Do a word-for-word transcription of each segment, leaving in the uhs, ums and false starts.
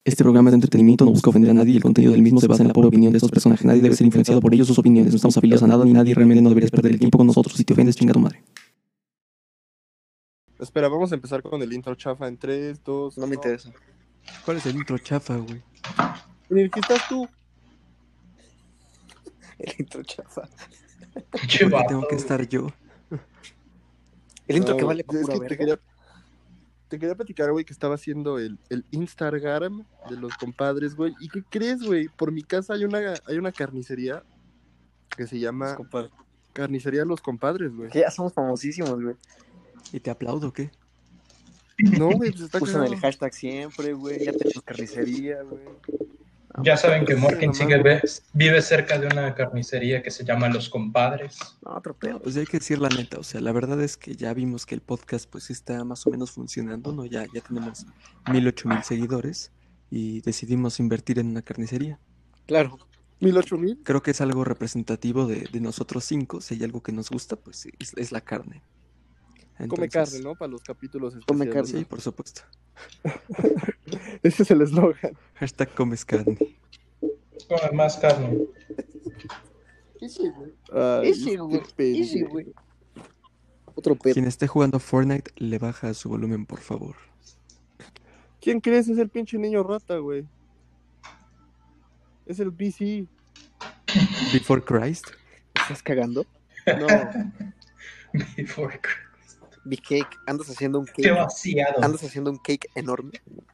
Este programa de entretenimiento no busca ofender a nadie y el contenido del mismo se basa en la pobre opinión de estos personajes. Nadie debe ser influenciado por ellos o sus opiniones. No estamos afiliados a nada ni nadie. Realmente no deberías perder el tiempo con nosotros. Si te ofendes, chinga tu madre. Espera, vamos a empezar con el intro chafa en tres, dos... No me interesa. ¿Cuál es el intro chafa, güey? ¿En el que estás tú? El intro chafa. ¿Por qué tengo que estar yo? El intro No, que vale es pura que verga. te quería, te quería platicar, güey, que estaba haciendo el, el Instagram de los compadres, güey. ¿Y qué crees, güey? Por mi casa hay una, hay una carnicería que se llama Compadre. Carnicería Los Compadres, güey. Que ya somos famosísimos, güey. ¿Y te aplaudo o qué? No, güey, pues está Usan el cagado. hashtag siempre, güey. Ya tenemos carnicería, güey. Ya saben que Sí, Morkin nomás, sigue güey. ve- vive cerca de una carnicería que se llama Los Compadres. No, otro No, pedo. pues hay que decir la neta. O sea, la verdad es que ya vimos que el podcast pues está más o menos funcionando, ¿no? Ya, ya tenemos mil, ocho mil seguidores y decidimos invertir en una carnicería. Claro. ¿Mil ocho mil? Creo que es algo representativo de, de nosotros cinco. Si hay algo que nos gusta, pues es, es la carne. Come Entonces, carne, ¿no? Para los capítulos Come especiales. carne. Sí, por supuesto. Ese es el eslogan. Hashtag comes carne. Come más carne. Ese, güey. Ay, Ese, este güey. pendejo. Ese, güey. Otro pedo. Quien esté jugando Fortnite, le baja su volumen, por favor. ¿Quién crees? Es el pinche niño rata, güey. Es el B C. Before Christ. ¿Estás cagando? No, Before Christ. Big cake. Andas haciendo un Qué cake. vaciado. Andas haciendo un cake enorme.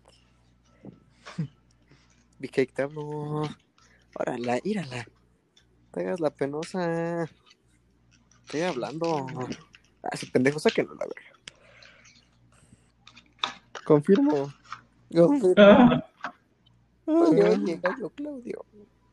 Big cake, te hablo. Órala, írala. Te hagas la penosa. Estoy hablando. Ah, ese pendejo, sáquenlo la verga. confirmo. Ah, Oye, oye, gallo Claudio.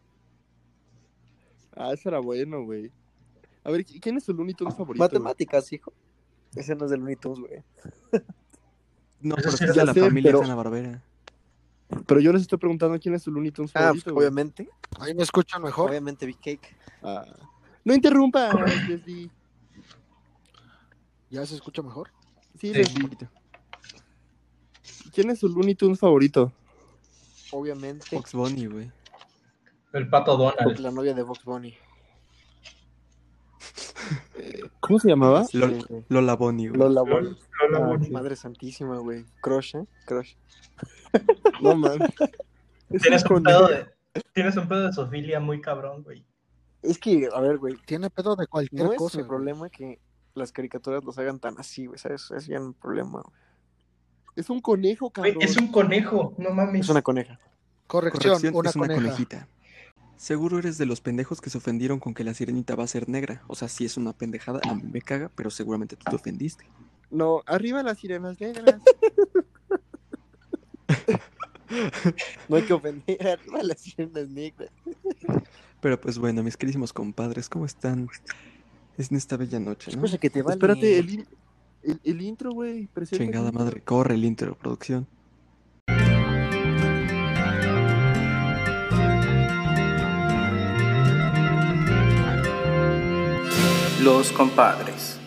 Ah, eso era bueno, güey. A ver, ¿quién es tu Looney Tunes favorito? Matemáticas, hijo. Ese no es del Looney Tunes, güey. No, Eso pero sí es lo de la sé, familia pero- Hanna-Barbera. güey? Pero yo les estoy preguntando quién es tu Looney Tunes Ah, pues, favorito, güey. obviamente. Ahí me escuchan mejor. Obviamente Big Cake. Ah. No interrumpa, Leslie. ¿Ya se escucha mejor? Sí, Sí. Un Leslie. poquito. ¿Quién es su Looney Tunes favorito? Obviamente. Fox Bunny, güey. el pato Donald. La novia de Vox Bunny. ¿Cómo se llamaba? Lol- Lola Bunny, güey. Lola Lola- Bunny. Lola Ah, Bunny. sí. Madre santísima, güey. Crush, ¿eh? Crush. No, man. Es Tienes un un pedo conejo. de, tienes un pedo de zoofilia muy cabrón, güey. Es que, a ver, güey. Tiene pedo de cualquier No es cosa. mi güey. problema que las caricaturas los hagan tan así, güey. ¿Sabes? Es ya un problema, güey. Es un conejo, Güey, cabrón. es un conejo, no mames. Es una coneja. Corrección, Corrección, una es una coneja. conejita. Seguro eres de los pendejos que se ofendieron con que la sirenita va a ser negra. O sea, sí es una pendejada, a mí me caga, pero seguramente tú te ofendiste. No, arriba las sirenas negras. No hay que ofender arriba a las sirenas negras. Pero pues bueno, mis queridísimos compadres, ¿cómo están? Es en esta bella noche, ¿no? Cosa que te vale. Espérate, el, in- el, el intro, güey. Presenta Chingada el madre, corre el intro, producción. Los compadres.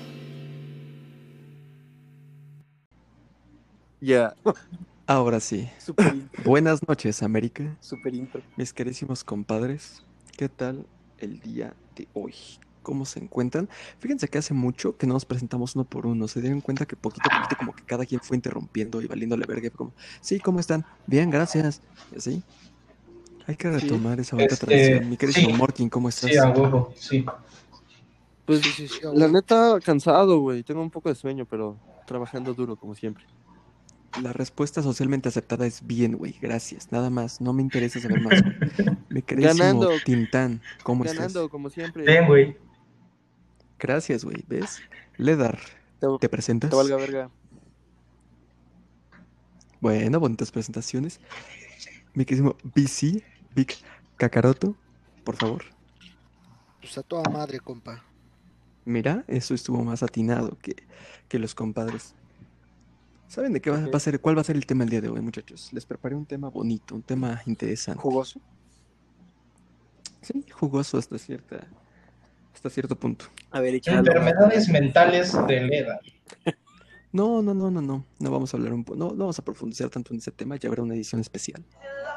Ya. Ahora sí. Super intro. Buenas noches, América. Super intro. Mis queridísimos compadres, ¿qué tal el día de hoy? ¿Cómo se encuentran? Fíjense que hace mucho que no nos presentamos uno por uno. Se dieron cuenta que poquito a poquito como que cada quien fue interrumpiendo y valiéndole verga. y fue como, sí, ¿cómo están? Bien, gracias. Y así. Hay que Sí. retomar esa bonita Este, tradición. Mi queridísimo sí. Morkin, ¿cómo estás? Sí, a huevo, sí. Pues, Sí, sí, sí, la neta, cansado, güey. Tengo un poco de sueño, pero trabajando duro, como siempre. La respuesta socialmente aceptada es bien, güey. Gracias. Nada más. No me interesa saber más, güey. Mi queridísimo Ganando. Tintán, ¿cómo Ganando, estás? como siempre. Bien, güey. Gracias, güey. ¿Ves? Ledar, Te, ¿te presentas? te valga verga. Bueno, bonitas presentaciones. Mi queridísimo B C, Big Kakaroto, por favor. Pues a toda madre, compa. Mira, eso estuvo más atinado que, que los compadres. ¿Saben de qué va, Ok. va a ser? ¿Cuál va a ser el tema el día de hoy, muchachos? Les preparé un tema bonito, un tema interesante. Jugoso. Sí, jugoso hasta cierta, hasta cierto punto. A ver, échalo. Enfermedades mentales de Leda. No, no, no, no, no. No vamos a hablar un po- no, no vamos a profundizar tanto en ese tema, ya habrá una edición especial.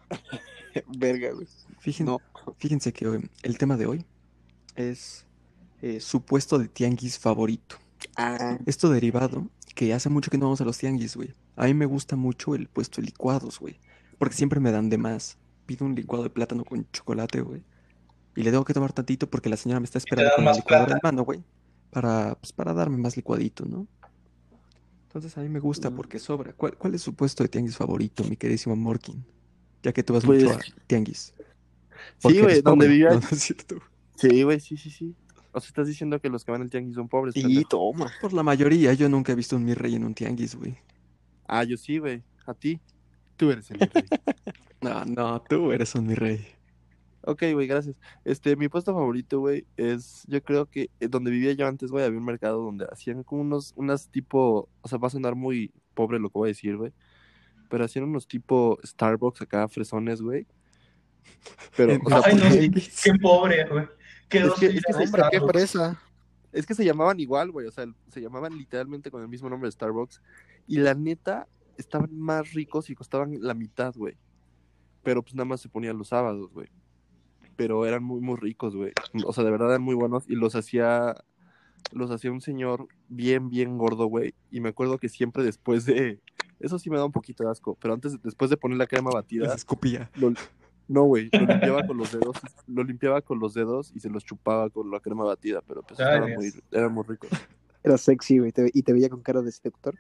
Verga, güey. Fíjense, No. fíjense que eh, el tema de hoy es eh, su puesto de tianguis favorito. Ah, Esto derivado que hace mucho que no vamos a los tianguis, güey. A mí me gusta mucho el puesto de licuados, güey. Porque siempre me dan de más. Pido un licuado de plátano con chocolate, güey. Y le tengo que tomar tantito porque la señora me está Te esperando dan con la más licuadora plata. en mano, güey. Para, pues, para darme más licuadito, ¿no? Entonces a mí me gusta Mm. porque sobra. ¿Cuál, cuál es su puesto de tianguis favorito, mi queridísimo Morkin? Ya que tú vas Pues, mucho a tianguis. sí, Porque güey, eres donde pobre. vivía. No, no es cierto. Sí, güey, sí, sí, sí. O sea, estás diciendo que los que van al tianguis son pobres, y pendejo. toma. Por la mayoría, yo nunca he visto un mi rey en un tianguis, güey. Ah, yo sí, güey. A ti. Tú eres el mi rey. No, no, tú eres un mi rey. Ok, güey, gracias. Este, mi puesto favorito, güey, es, yo creo que eh, donde vivía yo antes, güey, había un mercado donde hacían como unos, unas tipo, o sea, va a sonar muy pobre lo que voy a decir, güey, pero hacían unos tipo Starbucks acá, fresones, güey. Pero, En o sea, el Ay, no, sí, tianguis. qué pobre, güey. Qué es dos que, es filas que, de se, Hombre, qué Starbucks. fresa. es que se llamaban igual, güey, o sea, se llamaban literalmente con el mismo nombre de Starbucks, y la neta, estaban más ricos y costaban la mitad, güey, pero pues nada más se ponían los sábados, güey. Pero eran muy, muy ricos, güey. O sea, de verdad eran muy buenos y los hacía, los hacía un señor bien, bien gordo, güey. Y me acuerdo que siempre después de, eso sí me da un poquito de asco, pero antes, después de poner la crema Les batida, escupía. lo, no, güey, lo limpiaba con los dedos, lo limpiaba con los dedos y se los chupaba con la crema batida, pero pues Ay, estaban Dios. muy, eran muy ricos. Era sexy, güey. te- y te veía con cara de seductor.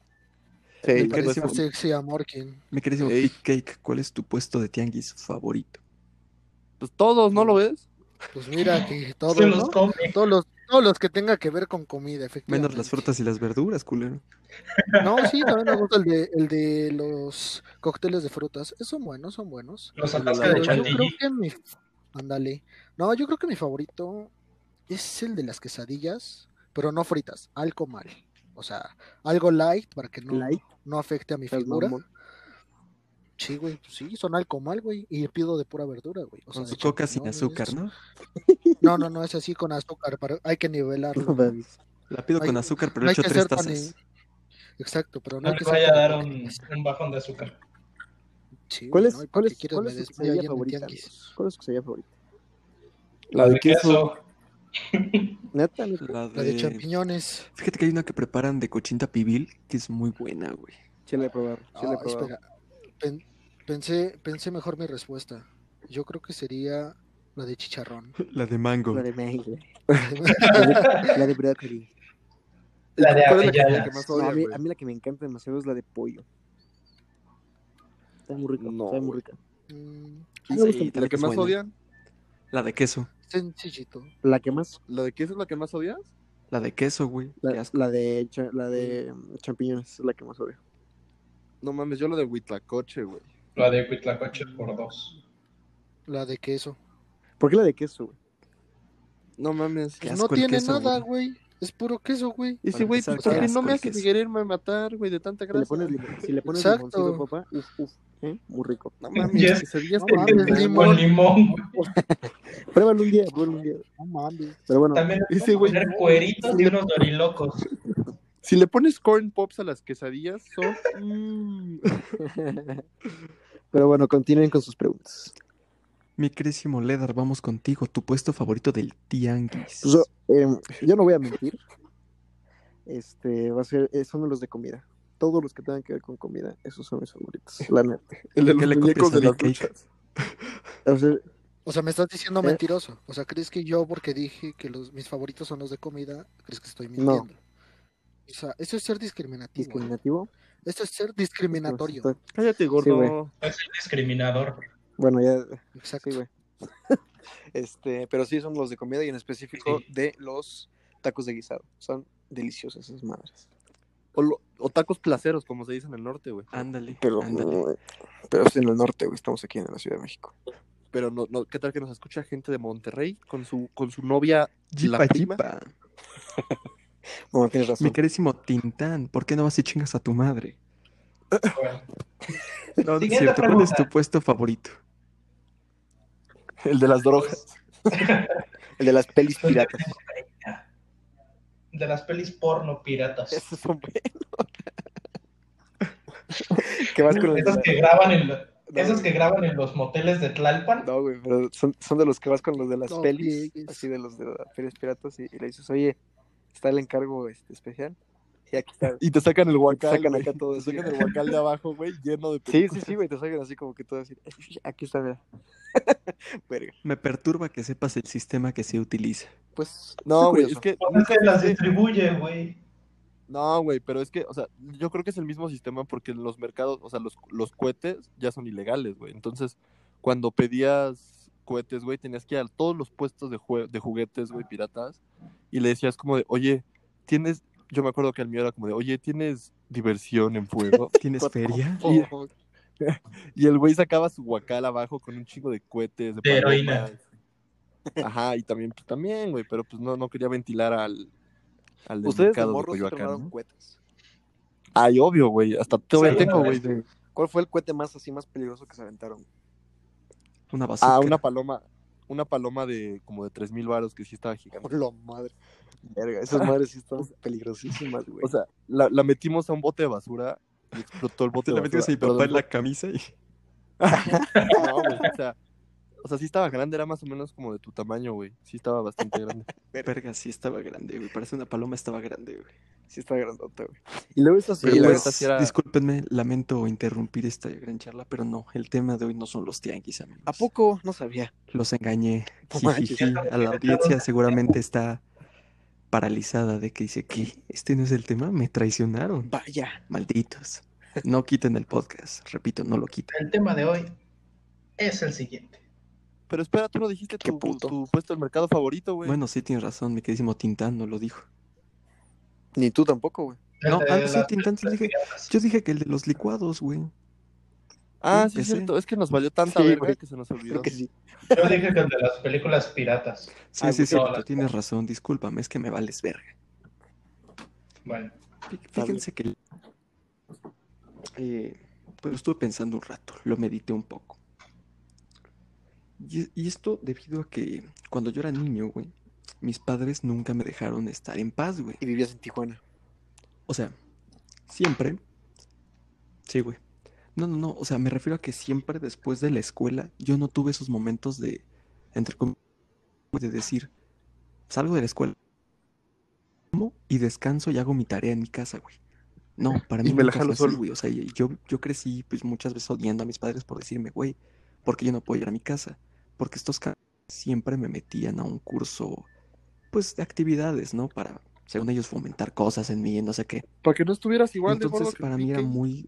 Sí, Mi algo queridísimo, así. Sexy a Morkin. mi queridísimo Ey. Big Cake, ¿cuál es tu puesto de tianguis favorito? Pues todos, ¿no lo ves? Pues mira que Se todos, los ¿no? come. Todos los, todos los que tenga que ver con comida, efectivamente. Menos las frutas y las verduras, culero. No, sí, también me gusta el de, el de los cócteles de frutas. Eh, Son buenos, son buenos. Los El de la atasca de Pero yo creo chantilly. que mi... Ándale. No, yo creo que mi favorito es el de las quesadillas, pero no fritas, algo mal. O sea, algo light para que no, Light. no afecte a mi Estás figura. mamón. Sí, güey, pues sí, son algo mal, güey. Y pido de pura verdura, güey. O Con sea, su de coca sin champiñones. azúcar, ¿no? No, no, no es así con azúcar, pero hay que nivelarlo. No mames. La pido Hay- con azúcar, pero no hay echo que tres ser tan tazas. Exacto, pero no No hay le que ser vaya a como dar porque- un, un bajón de azúcar. Sí, ¿Cuál güey, es, ¿no? ¿Y cuál para qué es, quieres? cuál Me es su desmayo quesadilla allá en el favorita, tianguis. amigos? ¿Cuál es su quesadilla favorita? La de queso. Neta, neta. La La de de... champiñones. Fíjate que hay una que preparan de cochinta pibil que es muy buena, güey. Sí la he probado. Sí la he Ah, probado. espera. Pen- pensé, pensé mejor mi respuesta. Yo creo que sería la de chicharrón. La de mango. La de mango. La de, la de brócoli. La de ¿Cuál es la quesadilla avellanas. que más No, a odias, mí, güey? a mí la que me encanta demasiado es la de pollo. Está muy rica. No, Sabe muy güey. rica. Mm, A mí me Sí, gusta ¿La también que es más buena. odian? La de queso. sencillito. La que más, ¿La de queso es la que más odias? La de queso, güey. Qué la, asco. la de cha- la de mm, champiñones es la que más odio. No mames, yo la de huitlacoche, güey. La de Huitlacoche por dos. La de queso. ¿Por qué la de queso, güey? No mames. Qué Pues no asco el tiene queso, nada, güey. güey. Es puro queso, güey. Y Para sí, güey, empezar, pues qué porque no asco me el haces queso. quererme matar, güey, de tanta Si le grasa. pones, lim- si le pones Exacto. limoncito, papá, uf, uf, ¿eh? Muy rico. No mames, Yes. quesadillas No con mames, limón. limón. Con limón, güey. Pruébalo un día, pruébalo un día. No mames. Pero bueno, También le Ese puedo güey- poner cueritos y unos dorilocos. Si le pones corn pops a las quesadillas, son... mm, pero bueno, continúen con sus preguntas. Mi queridísimo Ledar, vamos contigo. Tu puesto favorito del tianguis. Pues, yo, em, yo no voy a mentir. Este va a ser, eh, son los de comida. Todos los que tengan que ver con comida, esos son mis favoritos, la neta. el de ¿Por qué los le muñecos copias a de las Big Cake? luchas. O sea, O sea, me estás diciendo ¿Eh? mentiroso. O sea, ¿crees que yo, porque dije que los, mis favoritos son los de comida, crees que estoy No. mintiendo? O sea, eso es ser discriminativo. discriminativo. Esto es ser discriminatorio. Cállate, Sí, gordo. güey. Es el discriminador. Bueno, ya, Exacto. sí, güey. Este, pero sí son los de comida y en específico Sí. de los tacos de guisado. Son deliciosas esas madres. o, lo- o tacos placeros, como se dice en el norte, güey. Ándale, Pero, ándale. no, pero es en el norte, güey. Estamos aquí en la Ciudad de México. Pero no, no, ¿qué tal que nos escucha gente de Monterrey con su, con su novia, Jipa, la prima? jipa. Bueno, tienes razón. Mi queridísimo Tintán, ¿por qué no vas y chingas a tu madre? Bueno, No, no es Siguiente cierto. ¿Cuál es pregunta. tu puesto favorito? El de las drogas. El de las pelis soy de piratas. De las pelis porno piratas. Esos son buenos. ¿Qué vas con el de Esas la- que graban en la- Esos que graban en los moteles de Tlalpan. No, güey, pero son, son de los que vas con los de las No pelis, friegues. así de los de las ferias piratas, y, y le dices, oye, está el encargo este, especial. Y aquí está. Y te sacan el guacal, sacan güey. acá todo Te así. sacan el guacal de abajo, güey, lleno de Sí, películas. sí, sí, güey, te sacan así como que todo así. Aquí está, mira. Verga. Me perturba que sepas el sistema que se utiliza. Pues, No, está güey, curioso. es que Pues es nunca que las viste- distribuye, güey. No, güey, pero es que, o sea, yo creo que es el mismo sistema porque en los mercados, o sea, los, los cohetes ya son ilegales, güey. Entonces, cuando pedías cohetes, güey, tenías que ir a todos los puestos de, jue- de juguetes, güey, piratas, y le decías como de, oye, tienes, yo me acuerdo que el mío era como de, oye, ¿tienes diversión en fuego? ¿Tienes What the feria? fuck? Y el güey sacaba su guacal abajo con un chingo de cohetes, de, De heroína. palomas. Ajá, y también, pues también, güey, pero pues no, no quería ventilar al, al del ¿Ustedes de mercado de morros sí Coyoacán, tronaron ¿no? cohetes? Ay, obvio, güey, hasta todavía Sí, tengo, una güey, vez. de... ¿Cuál fue el cohete más así, más peligroso que se aventaron? Una bazooka. Ah, una paloma, una paloma de como de tres mil varos que sí estaba gigante. Por la madre. Verga, esas madres sí están peligrosísimas, güey. O sea, la, la metimos a un bote de basura y explotó el bote Te de la basura. metimos a mi pero papá del en la bote- camisa y... No, güey, o sea, o sea, sí estaba grande, era más o menos como de tu tamaño, güey. Sí estaba bastante grande. Verga, sí estaba grande, güey. Parece una paloma, estaba grande, güey. Sí está grandota, güey. Y luego esta Pero sí, la la neta Pues, sí era- discúlpenme, lamento interrumpir esta gran charla, pero no, el tema de hoy no son los tianguis, amigos. ¿A poco? No sabía. Los engañé. No manches. Jijiji. A la audiencia seguramente está paralizada de que dice que este no es el tema, me traicionaron. Vaya. Malditos. No quiten el podcast, repito, no lo quiten. El tema de hoy es el siguiente. Pero espera, tú no dijiste Qué tu, puto. tu puesto del mercado favorito, güey. Bueno, sí tienes razón, mi queridísimo Tintán no lo dijo. Ni tú tampoco, güey. No, El de ah, sí, las Tintán sí dije. piratas. Yo dije que el de los licuados, güey. ah, sí, sí, es ese. cierto. Es que nos valió tanta Sí, verga güey. que se nos olvidó. Creo que sí. Yo dije que el de las películas piratas. Sí, Ah, sí, güey, sí, no, tú las- tienes razón, discúlpame, es que me vales verga. Bueno, Fí- Fíjense que eh, pues estuve pensando un rato, lo medité un poco. Y, y esto debido a que cuando yo era niño, güey, mis padres nunca me dejaron estar en paz, güey. Y vivías en Tijuana. O sea, siempre. Sí, güey. No, no, no, o sea, me refiero a que siempre después de la escuela yo no tuve esos momentos de, entre comillas, de decir, salgo de la escuela como y descanso y hago mi tarea en mi casa, güey. No, para Y mí me la nunca jalo fue así, solo. güey. O sea, y- yo, yo crecí pues muchas veces odiando a mis padres por decirme, güey, ¿por qué yo no puedo ir a mi casa? Porque estos cabrones siempre me metían a un curso, pues, de actividades, ¿no? Para, según ellos, fomentar cosas en mí, no sé qué. Para que no estuvieras igual de gordo Entonces, que para mí era Piqué. muy...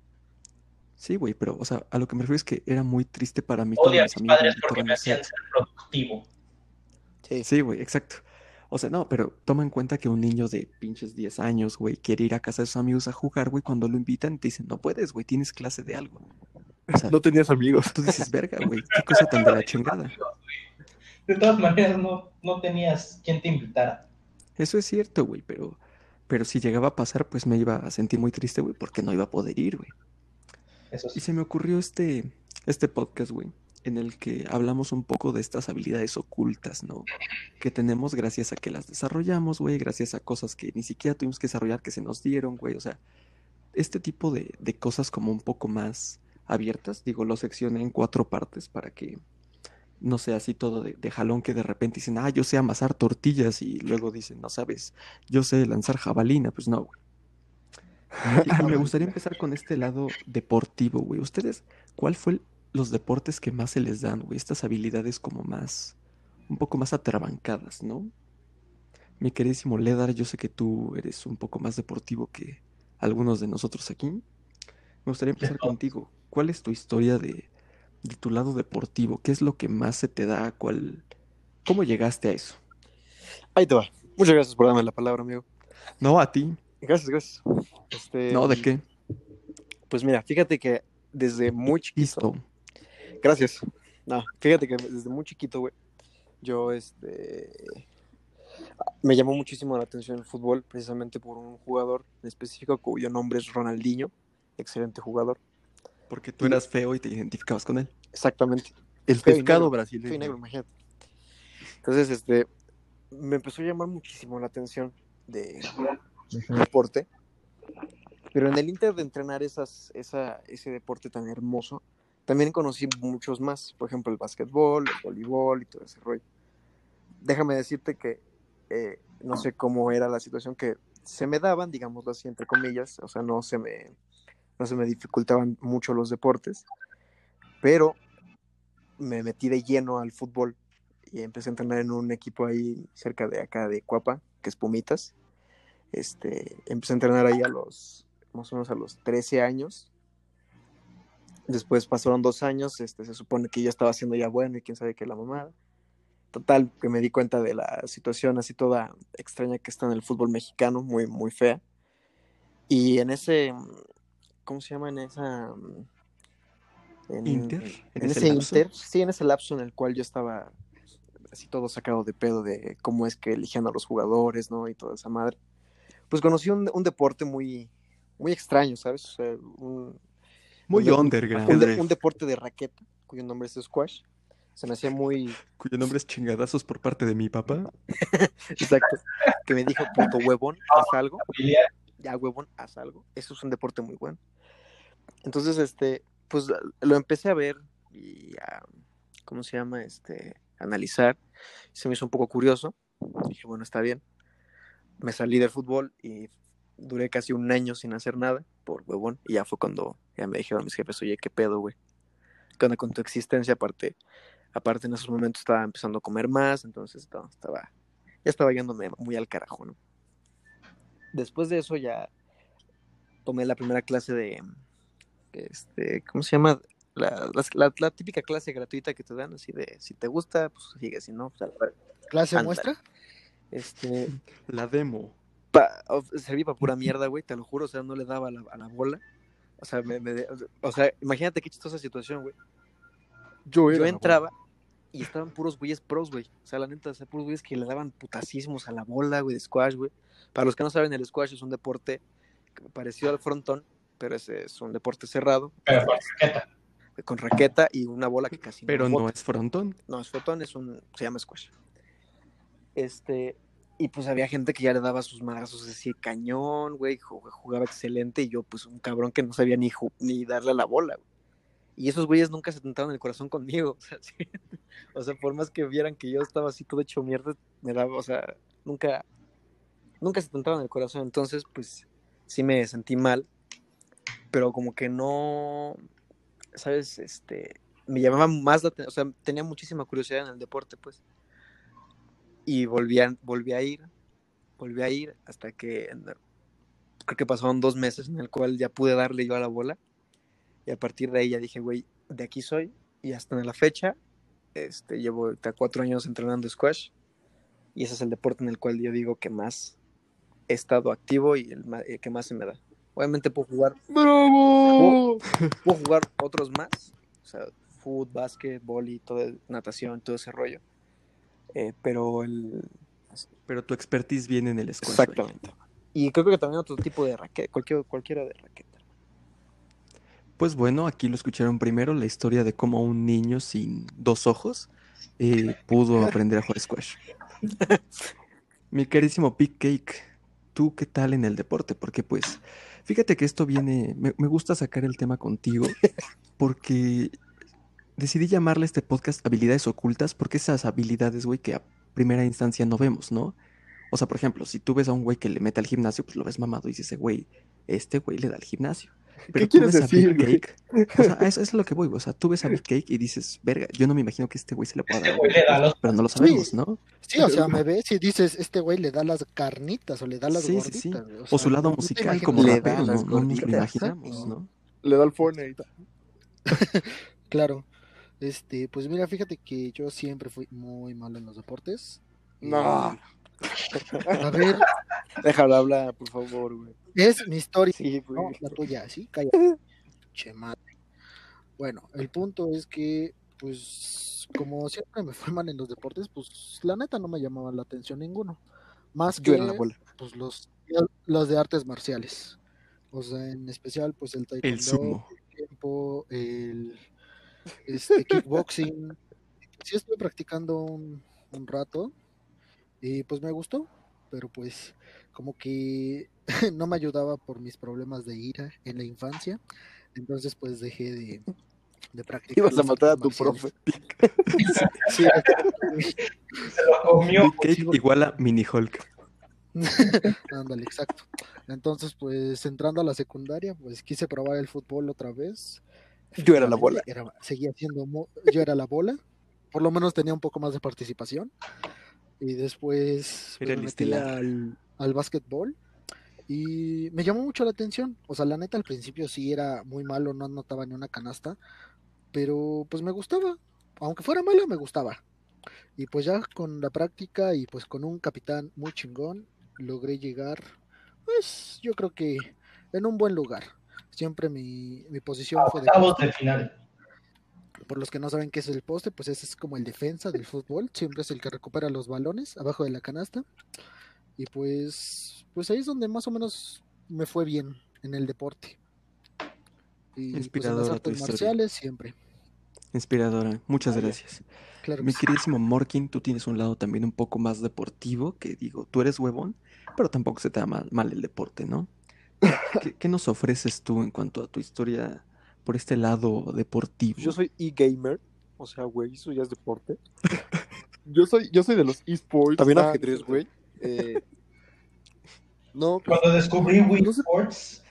Sí, güey, pero, o sea, a lo que me refiero es que era muy triste para mí cuando odio a mis mis amigos me padres porque invitaban, me no sé, hacían ser productivo. Sí. Sí, güey, exacto. O sea, no, pero toma en cuenta que un niño de pinches diez años, güey, quiere ir a casa de sus amigos a jugar, güey, cuando lo invitan te dicen, no puedes, güey, tienes clase de algo. O sea, No tenías amigos. tú dices, verga, güey, qué cosa tan de la chingada. De todas maneras, no, no tenías quien te invitara. Eso es cierto, güey, pero, pero si llegaba a pasar, pues me iba a sentir muy triste, güey, porque no iba a poder ir, güey. Eso Y sí. se me ocurrió este, este podcast, güey, en el que hablamos un poco de estas habilidades ocultas, ¿no? Que tenemos gracias a que las desarrollamos, güey, gracias a cosas que ni siquiera tuvimos que desarrollar, que se nos dieron, güey. O sea, este tipo de, de cosas como un poco más abiertas, digo, lo seccioné en cuatro partes para que no sea así todo de, de jalón que de repente dicen, ah, yo sé amasar tortillas y luego dicen, no sabes, yo sé lanzar jabalina, pues no, güey. Y, y me gustaría empezar con este lado deportivo, güey. ¿Ustedes cuál fue el- los deportes que más se les dan, güey? Estas habilidades como más, un poco más atrabancadas, ¿no? Mi queridísimo Ledar, yo sé que tú eres un poco más deportivo que algunos de nosotros aquí. Me gustaría empezar contigo. ¿Cuál es tu historia de, de tu lado deportivo? ¿Qué es lo que más se te da? ¿Cuál, cómo llegaste a eso? Ahí te va. Muchas gracias por darme la palabra, amigo. No, a ti. Gracias, gracias. Este, No, ¿de qué? Pues mira, fíjate que desde muy chiquito. Listo. Gracias. No, fíjate que desde muy chiquito, güey, yo, este, me llamó muchísimo la atención el fútbol, precisamente por un jugador en específico cuyo nombre es Ronaldinho, excelente jugador. Porque tú eras feo y te identificabas con él. Exactamente. El Feo y pescado negro. brasileño. Feo y negro, imagínate. Entonces, este, me empezó a llamar muchísimo la atención de deporte, pero en el inter de entrenar esas, esa, ese deporte tan hermoso, también conocí muchos más, por ejemplo, el básquetbol, el voleibol y todo ese rollo. Déjame decirte que eh, no sé cómo era la situación que se me daban, digámoslo así, entre comillas, o sea, no se me, no se me dificultaban mucho los deportes, pero me metí de lleno al fútbol y empecé a entrenar en un equipo ahí cerca de acá de Cuapa, que es Pumitas. Este, empecé a entrenar ahí a los, más o menos a los trece años. Después pasaron dos años, este, se supone que yo estaba haciendo ya bueno y quién sabe qué la mamada. Total, que me di cuenta de la situación así toda extraña que está en el fútbol mexicano, muy, muy fea. Y en ese, ¿cómo se llama? En esa... En, Inter, en en ese ese lapso. inter, sí, en ese lapso en el cual yo estaba así todo sacado de pedo de cómo es que eligían a los jugadores, ¿no? Y toda esa madre. Pues conocí un, un deporte muy, muy extraño, ¿sabes? O sea, un, Muy un, un, underground, de, un deporte de raqueta, cuyo nombre es squash. Se me hacía muy... cuyo nombre es chingadazos por parte de mi papá. Exacto. Que me dijo, puto huevón, haz algo. Familiar. Ya, huevón, haz algo. Eso es un deporte muy bueno. Entonces, este, pues lo empecé a ver y a, ¿cómo se llama? Este, analizar. Se me hizo un poco curioso. Dije, bueno, está bien. Me salí del fútbol y duré casi un año sin hacer nada por huevón. Y ya fue cuando ya me dijeron mis jefes, oye, ¿qué pedo, güey? ¿Qué onda con tu existencia? Aparte, aparte en esos momentos estaba empezando a comer más, entonces no, estaba, ya estaba yéndome muy al carajo, ¿no? Después de eso ya tomé la primera clase de, este, ¿cómo se llama? La, la, la, la típica clase gratuita que te dan, así de, si te gusta, pues sigue, si no, pues a la verga. ¿Clase Anda. muestra? Este, La demo. pa, serví para pura mierda, güey, te lo juro, o sea, no le daba a la, a la bola. O sea, me, me, o sea, imagínate qué chistosa situación, güey. Yo, Yo entraba y estaban puros güeyes pros, güey. O sea, la neta, o sea, puros güeyes que le daban putasísimos a la bola, güey, de squash, güey. Para los que no saben, el squash es un deporte parecido al frontón, pero es, es un deporte cerrado. Pero con raqueta. Con raqueta y una bola que casi Pero no no bota. es frontón. No, es frontón, es un, se llama squash. Este, y pues había gente que ya le daba sus madrazos así cañón, güey, jugaba excelente, y yo, pues, un cabrón que no sabía ni, ni darle a la bola, güey. Y esos güeyes nunca se tentaron el corazón conmigo, o sea, sí. O sea, por más que vieran que yo estaba así todo hecho mierda, me daba, o sea, nunca, nunca se tentaron el corazón, entonces, pues, sí me sentí mal, pero como que no, ¿sabes? Este, me llamaba más la atención, o sea, tenía muchísima curiosidad en el deporte, pues, y volví a, volví a ir, volví a ir hasta que, creo que pasaron dos meses en el cual ya pude darle yo a la bola, y a partir de ahí ya dije, güey, de aquí soy, y hasta en la fecha, este, llevo cuatro años entrenando squash, y ese es el deporte en el cual yo digo que más he estado activo y el, el que más se me da. Obviamente puedo jugar, ¡bravo! Puedo, puedo jugar otros más, o sea, fútbol, básquet, vóley, todo, natación, todo ese rollo, eh, pero el... Pero tu expertise viene en el squash. Exactamente. Güey. Y creo que también otro tipo de raqueta, cualquier, cualquiera de raqueta. Pues bueno, aquí lo escucharon primero, la historia de cómo un niño sin dos ojos eh, pudo aprender a jugar squash. Mi queridísimo Big Cake, ¿tú qué tal en el deporte? Porque pues, fíjate que esto viene, me, me gusta sacar el tema contigo, porque decidí llamarle a este podcast habilidades ocultas, porque esas habilidades, güey, que a primera instancia no vemos, ¿no? O sea, por ejemplo, si tú ves a un güey que le mete al gimnasio, pues lo ves mamado y dices, güey, este güey le da al gimnasio. Pero ¿Qué tú quieres ves a decir, Big güey? Cake, o sea, eso, eso es lo que voy, güey. O sea, tú ves a Big Cake y dices, verga, yo no me imagino que este güey se le pueda dar Este a güey le da los... pero no lo Sí, sabemos, ¿no? sí, o sea, me ves y dices, este güey le da las carnitas o le da las Sí, sí, sí. gorditas. güey. O, O sea, su lado no, no te musical imaginas- como Le rapero, da no, las no nos lo gorditas, imaginamos, exacto. ¿no? Le da el Fortnite. Claro. Este, pues mira, fíjate que yo siempre fui muy malo en los deportes. No. Eh, a ver, Déjalo hablar, por favor, güey. es mi historia, Sí, güey. no la tuya, ¿sí? Cállate. Che madre. Bueno, el punto es que, pues, como siempre me fue mal en los deportes, pues la neta no me llamaba la atención ninguno. Más Yo era la que, bola. pues, los, los de artes marciales. O sea, en especial, pues, el El taekwondo, sumo. el tiempo, el este, kickboxing. Sí estoy practicando un, un rato y pues me gustó, pero pues como que no me ayudaba por mis problemas de ira en la infancia. Entonces, pues dejé de, de practicar. Ibas a las matar a artes tu marciales. profe. Sí, Se lo comió. Big Cake igual a Mini Hulk. ándale, exacto. Entonces, pues entrando a la secundaria, pues quise probar el fútbol otra vez. Yo era la bola. Era, seguía siendo, mo- yo era la bola. Por lo menos tenía un poco más de participación. Y después pues, Era me el metí estelar. al, al básquetbol. Y me llamó mucho la atención. O sea, la neta al principio sí era muy malo, no anotaba ni una canasta. Pero pues me gustaba. Aunque fuera malo, me gustaba. Y pues ya con la práctica y pues con un capitán muy chingón, logré llegar, pues yo creo que en un buen lugar. Siempre mi, mi posición fue de Octavos poste. de final. Por los que no saben qué es el poste, pues ese es como el defensa del fútbol. Siempre es el que recupera los balones abajo de la canasta. Y pues, pues ahí es donde más o menos me fue bien en el deporte. Y pues en las Inspiradora tu artes historia. marciales siempre. Inspiradora. Muchas Vaya, gracias. claro que Mi sí. queridísimo Morkin, tú tienes un lado también un poco más deportivo, que digo, tú eres huevón, pero tampoco se te da mal, mal el deporte, ¿no? ¿Qué, qué nos ofreces tú en cuanto a tu historia por este lado deportivo? Yo soy e-gamer, o sea, güey, eso ya es deporte. Yo soy, yo soy de los esports. También nah, ajedrez, no sé. güey. Eh, no, pues, Cuando descubrí Wii no sé. Sports,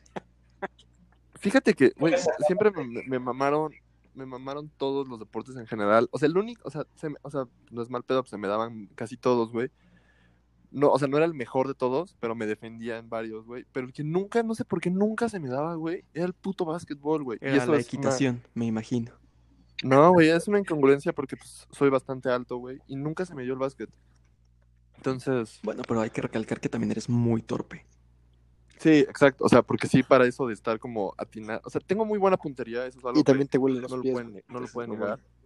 Fíjate que, güey, Pues, siempre me, me mamaron, me mamaron todos los deportes en general. O sea, el único, o sea, se me- o sea, no es mal pedo, pues se me daban casi todos, güey. No, o sea, no era el mejor de todos, pero me defendía en varios, güey. Pero el que nunca, no sé por qué nunca se me daba, güey, era el puto básquetbol, güey. Y Era eso la es una... equitación, me imagino. No, güey, es una incongruencia porque pues, soy bastante alto, güey, y nunca se me dio el básquet. Entonces, Bueno, pero hay que recalcar que también eres muy torpe. sí, exacto. O sea, porque sí, para eso de estar como atinar. O sea, tengo muy buena puntería, eso es algo Y también que te huelen los no lo pies. pueden, güey. no lo Eso pueden es negar. normal.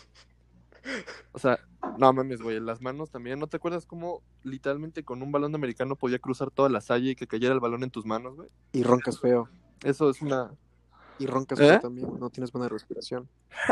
O sea, no mames, güey, las manos también. ¿No te acuerdas cómo literalmente con un balón de americano podía cruzar toda la saya y que cayera el balón en tus manos, güey? Y roncas feo. Eso es una... Y roncas ¿Eh? feo también. No tienes buena respiración.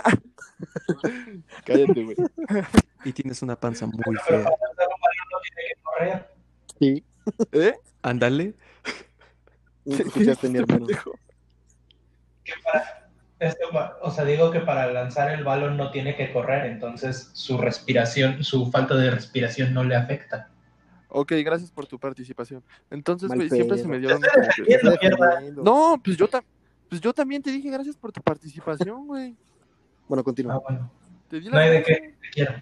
Cállate, güey. Y tienes una panza muy pero fea. para lanzar un balón no tiene que correr. Sí. ¿Eh? Ándale. Nunca escuchaste mi hermano. Que para, este, o sea, digo que para lanzar el balón no tiene que correr, entonces su respiración, su falta de respiración no le afecta. Ok, gracias por tu participación. Entonces, Mal güey, siempre pedo. se me dieron Te como estoy que... Te está defendiendo, mierda. defendiendo. No, pues yo, ta- pues yo también te dije gracias por tu participación, güey. Bueno, Ah, continúa. bueno, Te di no las hay de gracias. qué, te quiero.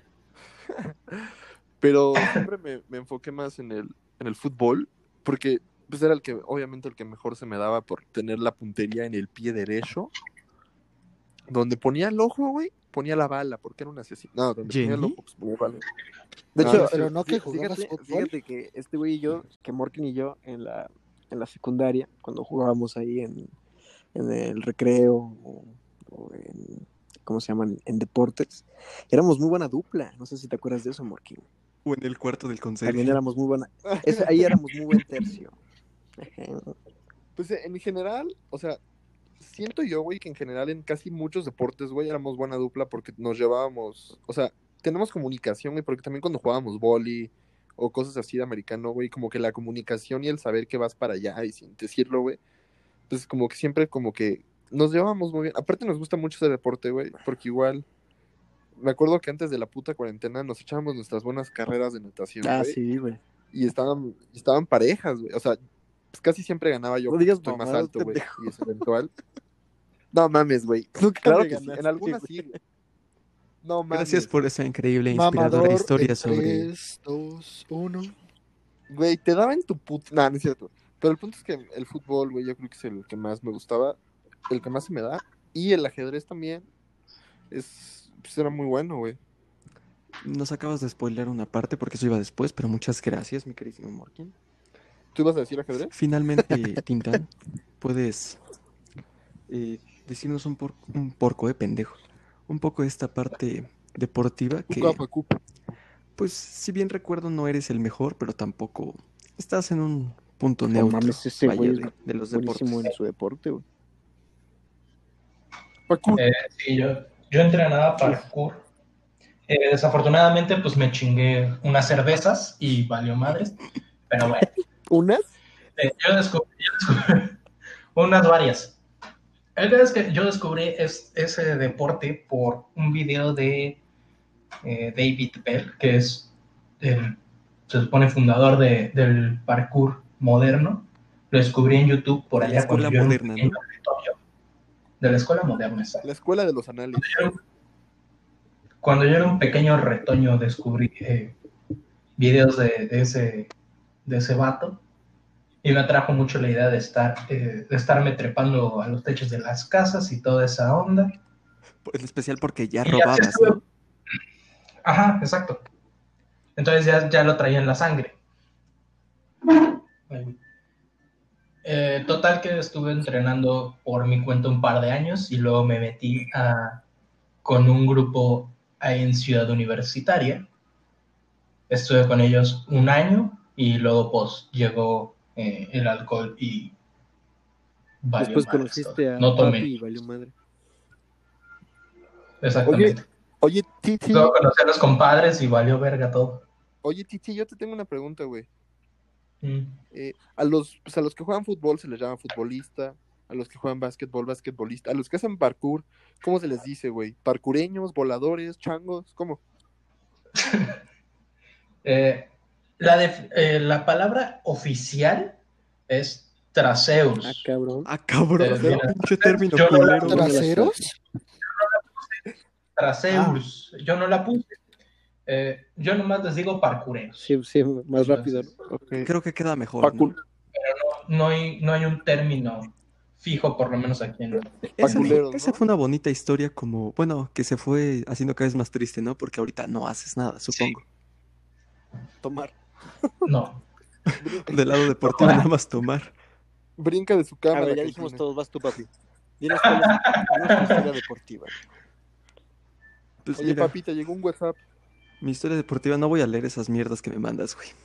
Pero siempre me, me enfoqué más en el, en el fútbol, porque pues era el que, obviamente, el que mejor se me daba por tener la puntería en el pie derecho. Donde ponía el ojo, güey, ponía la bala, porque era un asesino. No, donde ponía el ¿Jenny? ojo, pues ponía bala. De No, hecho, no, Pero no que fí- jugabas fíjate, fútbol. fíjate que este güey y yo, que Morkin y yo en la, en la secundaria, cuando jugábamos ahí en, en el recreo o, o en, ¿cómo se llaman? En deportes, éramos muy buena dupla. No sé si te acuerdas de eso, Morkin. O en el cuarto del conserje. También éramos muy buena. Ese, ahí éramos muy buen tercio. Pues en general, o sea, siento yo, güey, que en general en casi muchos deportes, güey, éramos buena dupla porque nos llevábamos, o sea, tenemos comunicación, güey, porque también cuando jugábamos vóley o cosas así de americano, güey, como que la comunicación y el saber que vas para allá y sin decirlo, güey, pues como que siempre como que nos llevábamos muy bien. Aparte nos gusta mucho ese deporte, güey, porque igual, me acuerdo que antes de la puta cuarentena nos echábamos nuestras buenas carreras de natación, Ah, güey, sí, güey. y estaban, estaban parejas, güey, o sea, pues casi siempre ganaba yo, No digas estoy más mamadas, alto, güey, pendejo. y es eventual. No mames, güey. Nunca Claro me que sí, ganaste, en algunas güey. sí, güey. No mames. Gracias por esa increíble e inspiradora Mamador historia en sobre... tres, dos, uno. Güey, te daba en tu puta... Nah, no es cierto. Pero el punto es que el fútbol, güey, yo creo que es el que más me gustaba, el que más se me da. Y el ajedrez también. Es... Pues era muy bueno, güey. Nos acabas de spoiler una parte porque eso iba después, pero muchas gracias, mi queridísimo Morkin. ¿Tú ibas a decir ajedrez? Finalmente, Tintán, puedes eh, decirnos un, por- un porco de pendejo, un poco de esta parte deportiva que, Uca, pacu. pues, si bien recuerdo, no eres el mejor, pero tampoco estás en un punto No neutro, mames, ese vaya, güey es de, de los buenísimo deportes. en su deporte, güey. Pacu. Eh, sí, yo, yo entrenaba parkour. Eh, desafortunadamente, pues me chingué unas cervezas y valió madres. Pero bueno, ¿Unas? eh, yo descubrí, yo descubrí unas varias. El caso es que yo descubrí es, ese deporte por un video de eh, David Bell, que es el, se supone fundador de, del parkour moderno. Lo descubrí en YouTube por De la allá cuando escuela yo era un moderna, pequeño ¿no? retoño. De la escuela moderna, exacto. La escuela de los anales. Cuando yo era un pequeño retoño descubrí eh, videos de, de, ese, de ese vato y me atrajo mucho la idea de, estar, eh, de estarme trepando a los techos de las casas y toda esa onda. En especial porque ya Y así robabas, estuve. ¿no? Ajá, exacto. Entonces ya, ya lo traía en la sangre. Eh, total que estuve entrenando por mi cuenta un par de años y luego me metí a, con un grupo ahí en Ciudad Universitaria. Estuve con ellos un año y luego pues llegó eh, el alcohol y valió Después madres todo. conociste a No tomé. Papi y valió madre. Exactamente. Oye, Titi, Luego conocí a los compadres y valió verga todo. oye, Titi, yo te tengo una pregunta, güey. Mm. Eh, a los, pues a los que juegan fútbol se les llama futbolista, a los que juegan básquetbol, basquetbolista, a los que hacen parkour, ¿cómo se les dice, güey? ¿Parkureños, voladores, changos? ¿Cómo? Eh, la, def- eh, la palabra oficial es traseus. Ah, cabrón. Ah, cabrón, Eh, viene- pinche término yo no la- culero, güey. ¿Traseros? Traseus. Yo no la puse. Eh, yo nomás les digo parkureros. Sí, sí, más rápido, ¿no? Ok. Creo que queda mejor, Parkour. ¿no? No hay, no hay un término fijo, por lo menos aquí en Esa, fue, Paculeros, esa ¿no? fue una bonita historia como, bueno, que se fue haciendo cada vez más triste, ¿no? Porque ahorita no haces nada, supongo. Tomar. No. Del lado deportivo nada más tomar. Brinca de su cama. A ver, la ya cantina. dijimos todos, vas tú, papi. Dinos cuál es, dinos tu historia deportiva. Pues Oye, mira, papi, te llegó un WhatsApp. mi historia deportiva, no voy a leer esas mierdas que me mandas, güey.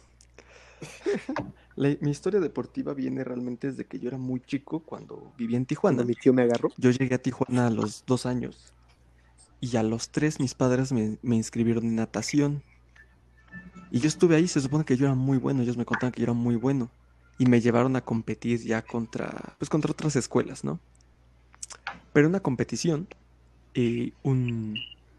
La- mi historia deportiva viene realmente desde que yo era muy chico, cuando vivía en Tijuana. Cuando mi tío me agarró. Yo llegué a Tijuana a los dos años. Y a los tres mis padres me, me inscribieron en natación. Y yo estuve ahí, se supone que yo era muy bueno, ellos me contaban que yo era muy bueno. Y me llevaron a competir ya contra, pues contra otras escuelas, ¿no? Pero en una competición, eh, un,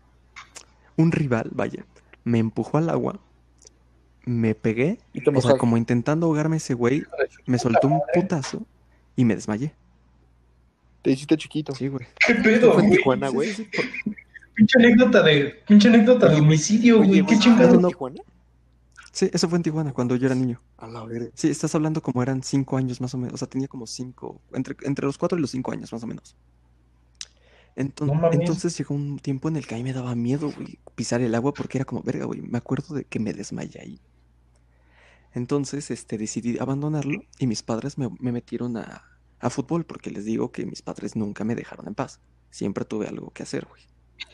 un rival, vaya, me empujó al agua, me pegué, Y te o sea, mojaste. como intentando ahogarme ese güey, me soltó un putazo y me desmayé. Te hiciste chiquito. Sí, güey. ¿Qué Esto pedo, fue en güey? Tijuana, Sí, güey. sí, sí, por- Pinche anécdota de, pinche anécdota de Oye, homicidio, Oye, güey. güey, Qué ¿fue chingado. en no. Tijuana? sí, eso fue en Tijuana, cuando yo era niño. A la verga. Sí, estás hablando como eran cinco años más o menos. O sea, tenía como cinco, entre, entre los cuatro y los cinco años más o menos. Enton- No mames. entonces llegó un tiempo en el que a mí me daba miedo, güey, pisar el agua porque era como, verga, güey, me acuerdo de que me desmayé ahí. Entonces, este, decidí abandonarlo y mis padres me, me metieron a, a fútbol porque les digo que mis padres nunca me dejaron en paz. Siempre tuve algo que hacer, güey.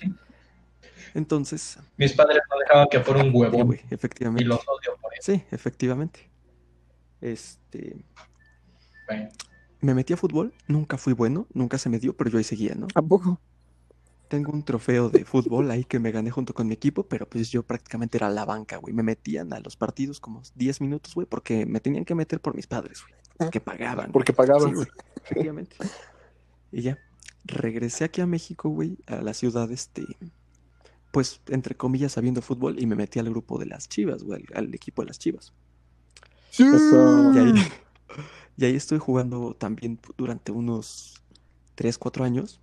Entonces, Mis padres no dejaban que fuera un sí, huevón. güey, Y efectivamente. los odio por eso. Sí, efectivamente. Este, Bueno, me metí a fútbol, nunca fui bueno, nunca se me dio, pero yo ahí seguía, ¿no? ¿A poco? Tengo un trofeo de fútbol ahí que me gané junto con mi equipo, pero pues yo prácticamente era la banca, güey. Me metían a los partidos como diez minutos, güey, porque me tenían que meter por mis padres, güey. Que pagaban. Porque güey. pagaban. Sí, güey, efectivamente. Y ya, regresé aquí a México, güey, a la ciudad, este, pues, entre comillas, sabiendo fútbol, y me metí al grupo de las Chivas, güey, al, al equipo de las Chivas. Sí. Eso. Y ahí, y ahí estoy jugando también durante unos tres, cuatro años.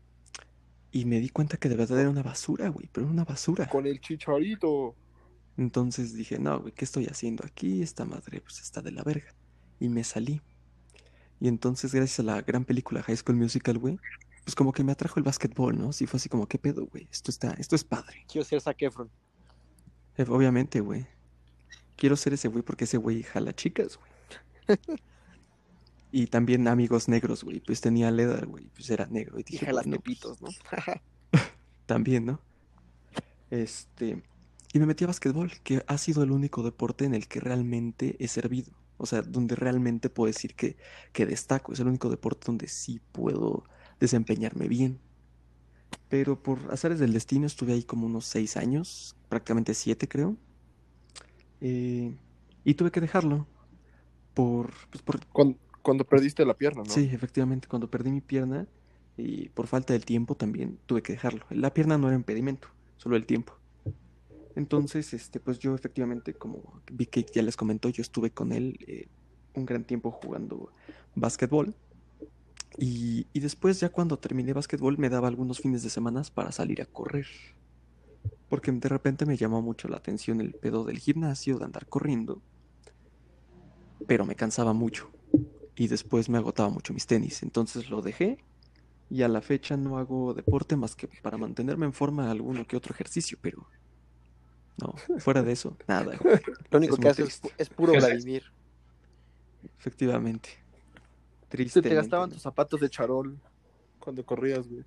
Y me di cuenta que de verdad era una basura, güey, pero era una basura. Con el chicharito. Entonces dije, no, güey, ¿qué estoy haciendo aquí? Esta madre, pues está de la verga. Y me salí. Y entonces, gracias a la gran película High School Musical, güey, pues como que me atrajo el básquetbol, ¿no? Sí, fue así como, ¿qué pedo, güey? Esto está, esto es padre. Quiero ser Zac Efron. Eh, Obviamente, güey. Quiero ser ese güey porque ese güey jala chicas, güey. Y también amigos negros, güey. Pues tenía Ledar, güey. Pues era negro. Y dije, Hija las bueno, pues, pepitos, ¿no? también, ¿no? Este. Y me metí a básquetbol, que ha sido el único deporte en el que realmente he servido. O sea, donde realmente puedo decir que, que destaco. Es el único deporte donde sí puedo desempeñarme bien. Pero por azares del destino estuve ahí como unos seis años, prácticamente siete creo. Eh, y tuve que dejarlo. Por, pues por, Cuando, cuando perdiste la pierna, ¿no? Sí, efectivamente, cuando perdí mi pierna y por falta del tiempo también tuve que dejarlo. La pierna no era impedimento, solo el tiempo. Entonces, este, pues yo efectivamente, como vi que ya les comentó, yo estuve con él eh, un gran tiempo jugando básquetbol. Y, y después ya cuando terminé básquetbol me daba algunos fines de semana para salir a correr. Porque de repente me llamó mucho la atención el pedo del gimnasio, de andar corriendo. Pero me cansaba mucho. Y después me agotaba mucho mis tenis. Entonces lo dejé. Y a la fecha no hago deporte más que para mantenerme en forma alguno que otro ejercicio. Pero no, fuera de eso, nada, güey. Lo único Es que muy hace es, triste. es puro Vladimir. Efectivamente. Se te Tristemente, gastaban ¿no? tus zapatos de charol cuando corrías, güey.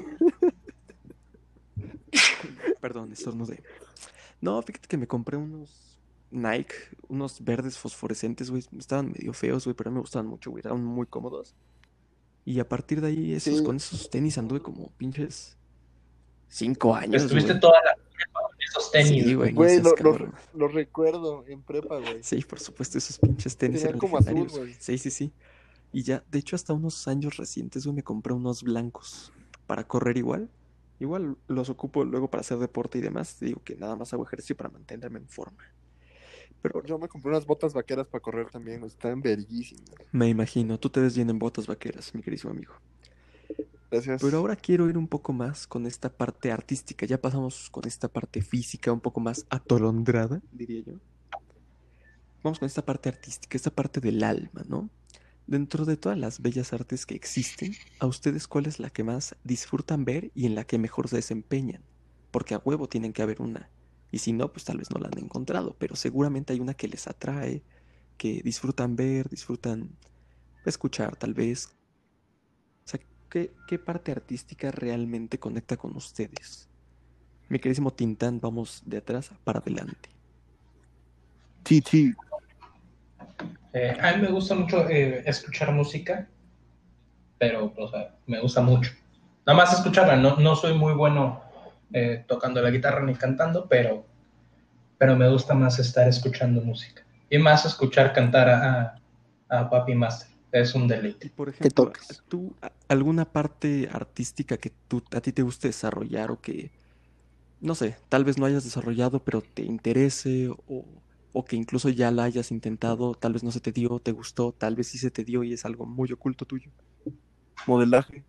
Perdón, estornudé. No, fíjate que me compré unos Nike, unos verdes fosforescentes, güey. Estaban medio feos, güey, pero a mí me gustaban mucho, güey. Eran muy cómodos. Y a partir de ahí, esos, Sí, con esos tenis anduve como pinches cinco años, Estuviste güey. toda la vida con esos Sí, tenis, güey, güey. no güey, seas lo, lo, cabrón. lo recuerdo en prepa, güey. Sí, por supuesto, esos pinches tenis Tenían eran como azul, legendarios, güey. güey. Sí, sí, sí. Y ya, de hecho, hasta unos años recientes, güey, me compré unos blancos para correr igual. Igual los ocupo luego para hacer deporte y demás. Te digo que nada más hago ejercicio para mantenerme en forma. Pero Yo me compré unas botas vaqueras para correr también, güey. Estaban verguísimas. me imagino, tú te ves bien en botas vaqueras, mi querido amigo. Pero Gracias. ahora quiero ir un poco más con esta parte artística. Ya pasamos con esta parte física un poco más atolondrada, diría yo. Vamos con esta parte artística, esta parte del alma, ¿no? Dentro de todas las bellas artes que existen, ¿a ustedes cuál es la que más disfrutan ver y en la que mejor se desempeñan? Porque a huevo tienen que haber una. Y si no, pues tal vez no la han encontrado, pero seguramente hay una que les atrae, que disfrutan ver, disfrutan escuchar tal vez. O sea, ¿qué, qué parte artística realmente conecta con ustedes? Mi queridísimo Tintán, vamos de atrás para adelante. T T. Eh, a mí me gusta mucho eh, escuchar música, pero, o sea, me gusta mucho. Nada más escucharla, no, no soy muy bueno eh, tocando la guitarra ni cantando, pero, pero me gusta más estar escuchando música. Y más escuchar cantar a, a, a Papi Master. Es un Y deleite. por ¿Qué ejemplo, tocas? ¿tú a- alguna parte artística que tú, a ti te guste desarrollar o que, no sé, tal vez no hayas desarrollado, pero te interese o, o que incluso ya la hayas intentado, tal vez no se te dio, te gustó, tal vez sí se te dio y es algo muy oculto tuyo? Modelaje.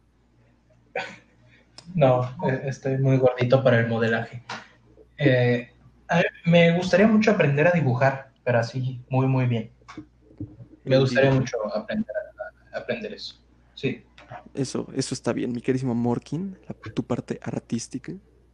No, eh, estoy muy gordito para el modelaje. Eh, a mí me gustaría mucho aprender a dibujar, pero así, muy, muy bien. Me El gustaría dibujo. mucho aprender, a, a aprender eso. Sí. Eso, eso está bien, mi queridísimo Morkin, la- tu parte artística.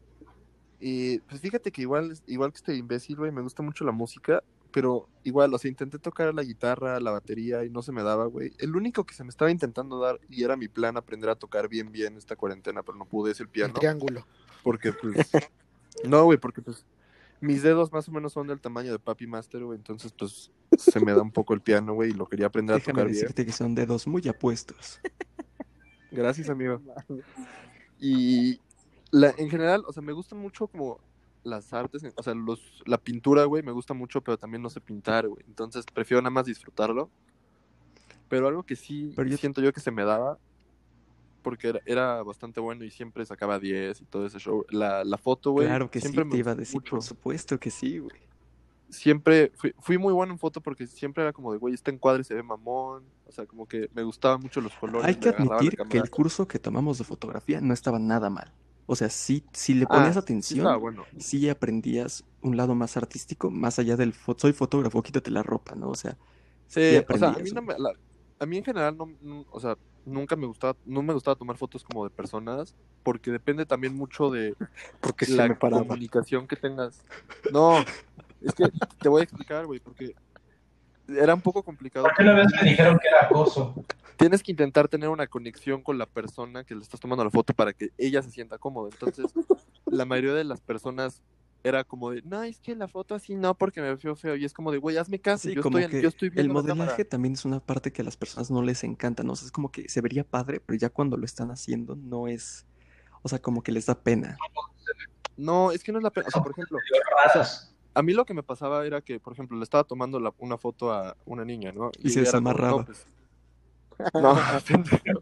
Y pues fíjate que igual, igual que este imbécil, güey, me gusta mucho la música, pero igual, o sea, intenté tocar la guitarra, la batería y no se me daba, güey. El único que se me estaba intentando dar y era mi plan aprender a tocar bien, bien esta cuarentena, pero no pude, es el El piano, triángulo. porque pues, no, güey, porque pues mis dedos más o menos son del tamaño de Papi Master, güey, entonces pues se me da un poco el piano, güey, y lo quería aprender a Déjame tocar bien. decirte que son dedos muy apuestos. Gracias, amigo. Y la, en general, o sea, me gustan mucho como las artes, o sea, los, la pintura, güey, me gusta mucho, pero también no sé pintar, güey. Entonces prefiero nada más disfrutarlo. Pero algo que sí Pero yo, siento yo que se me daba, porque era, era bastante bueno y siempre sacaba diez y todo ese show. La, la foto, güey, claro que sí, siempre me te iba a gustó decir, por mucho. supuesto que sí, güey. Siempre fui, fui muy bueno en foto porque siempre era como de, güey, este encuadre se ve mamón. O sea, como que me gustaban mucho los Hay colores, que le agarraba la admitir que cámara. el curso que tomamos de fotografía no estaba nada mal. O sea, sí, si le Ah, ponías sí estaba atención, bueno. sí aprendías un lado más artístico, más allá del fo- soy fotógrafo, quítate la ropa, ¿no? O sea, sí Sí, o sea, a mí aprendías, no güey. me, la- a mí en general no, no- o sea, nunca me gustaba, no me gustaba tomar fotos como de personas, porque depende también mucho de Porque se la me paraba. comunicación que tengas. No, es que te voy a explicar, güey, porque era un poco complicado ¿Por qué una porque vez me tienes, dijeron que era acoso? tienes que intentar tener una conexión con la persona que le estás tomando la foto para que ella se sienta cómoda. Entonces, la mayoría de las personas era como de, no, es que la foto así no, porque me veo feo. Y es como de, güey, hazme caso, Sí, yo como estoy, en- yo que estoy el viendo la cámara. modelaje también es una parte que a las personas no les encanta, ¿no? O sea, es como que se vería padre, pero ya cuando lo están haciendo no es, o sea, como que les da pena. No, es que no es la pena. O sea, por ejemplo, Medio o sea, raras. a mí lo que me pasaba era que, por ejemplo, le estaba tomando la- una foto a una niña, ¿no? Y Y se ella era como, de, no, desamarraba. pues, no, pendejo.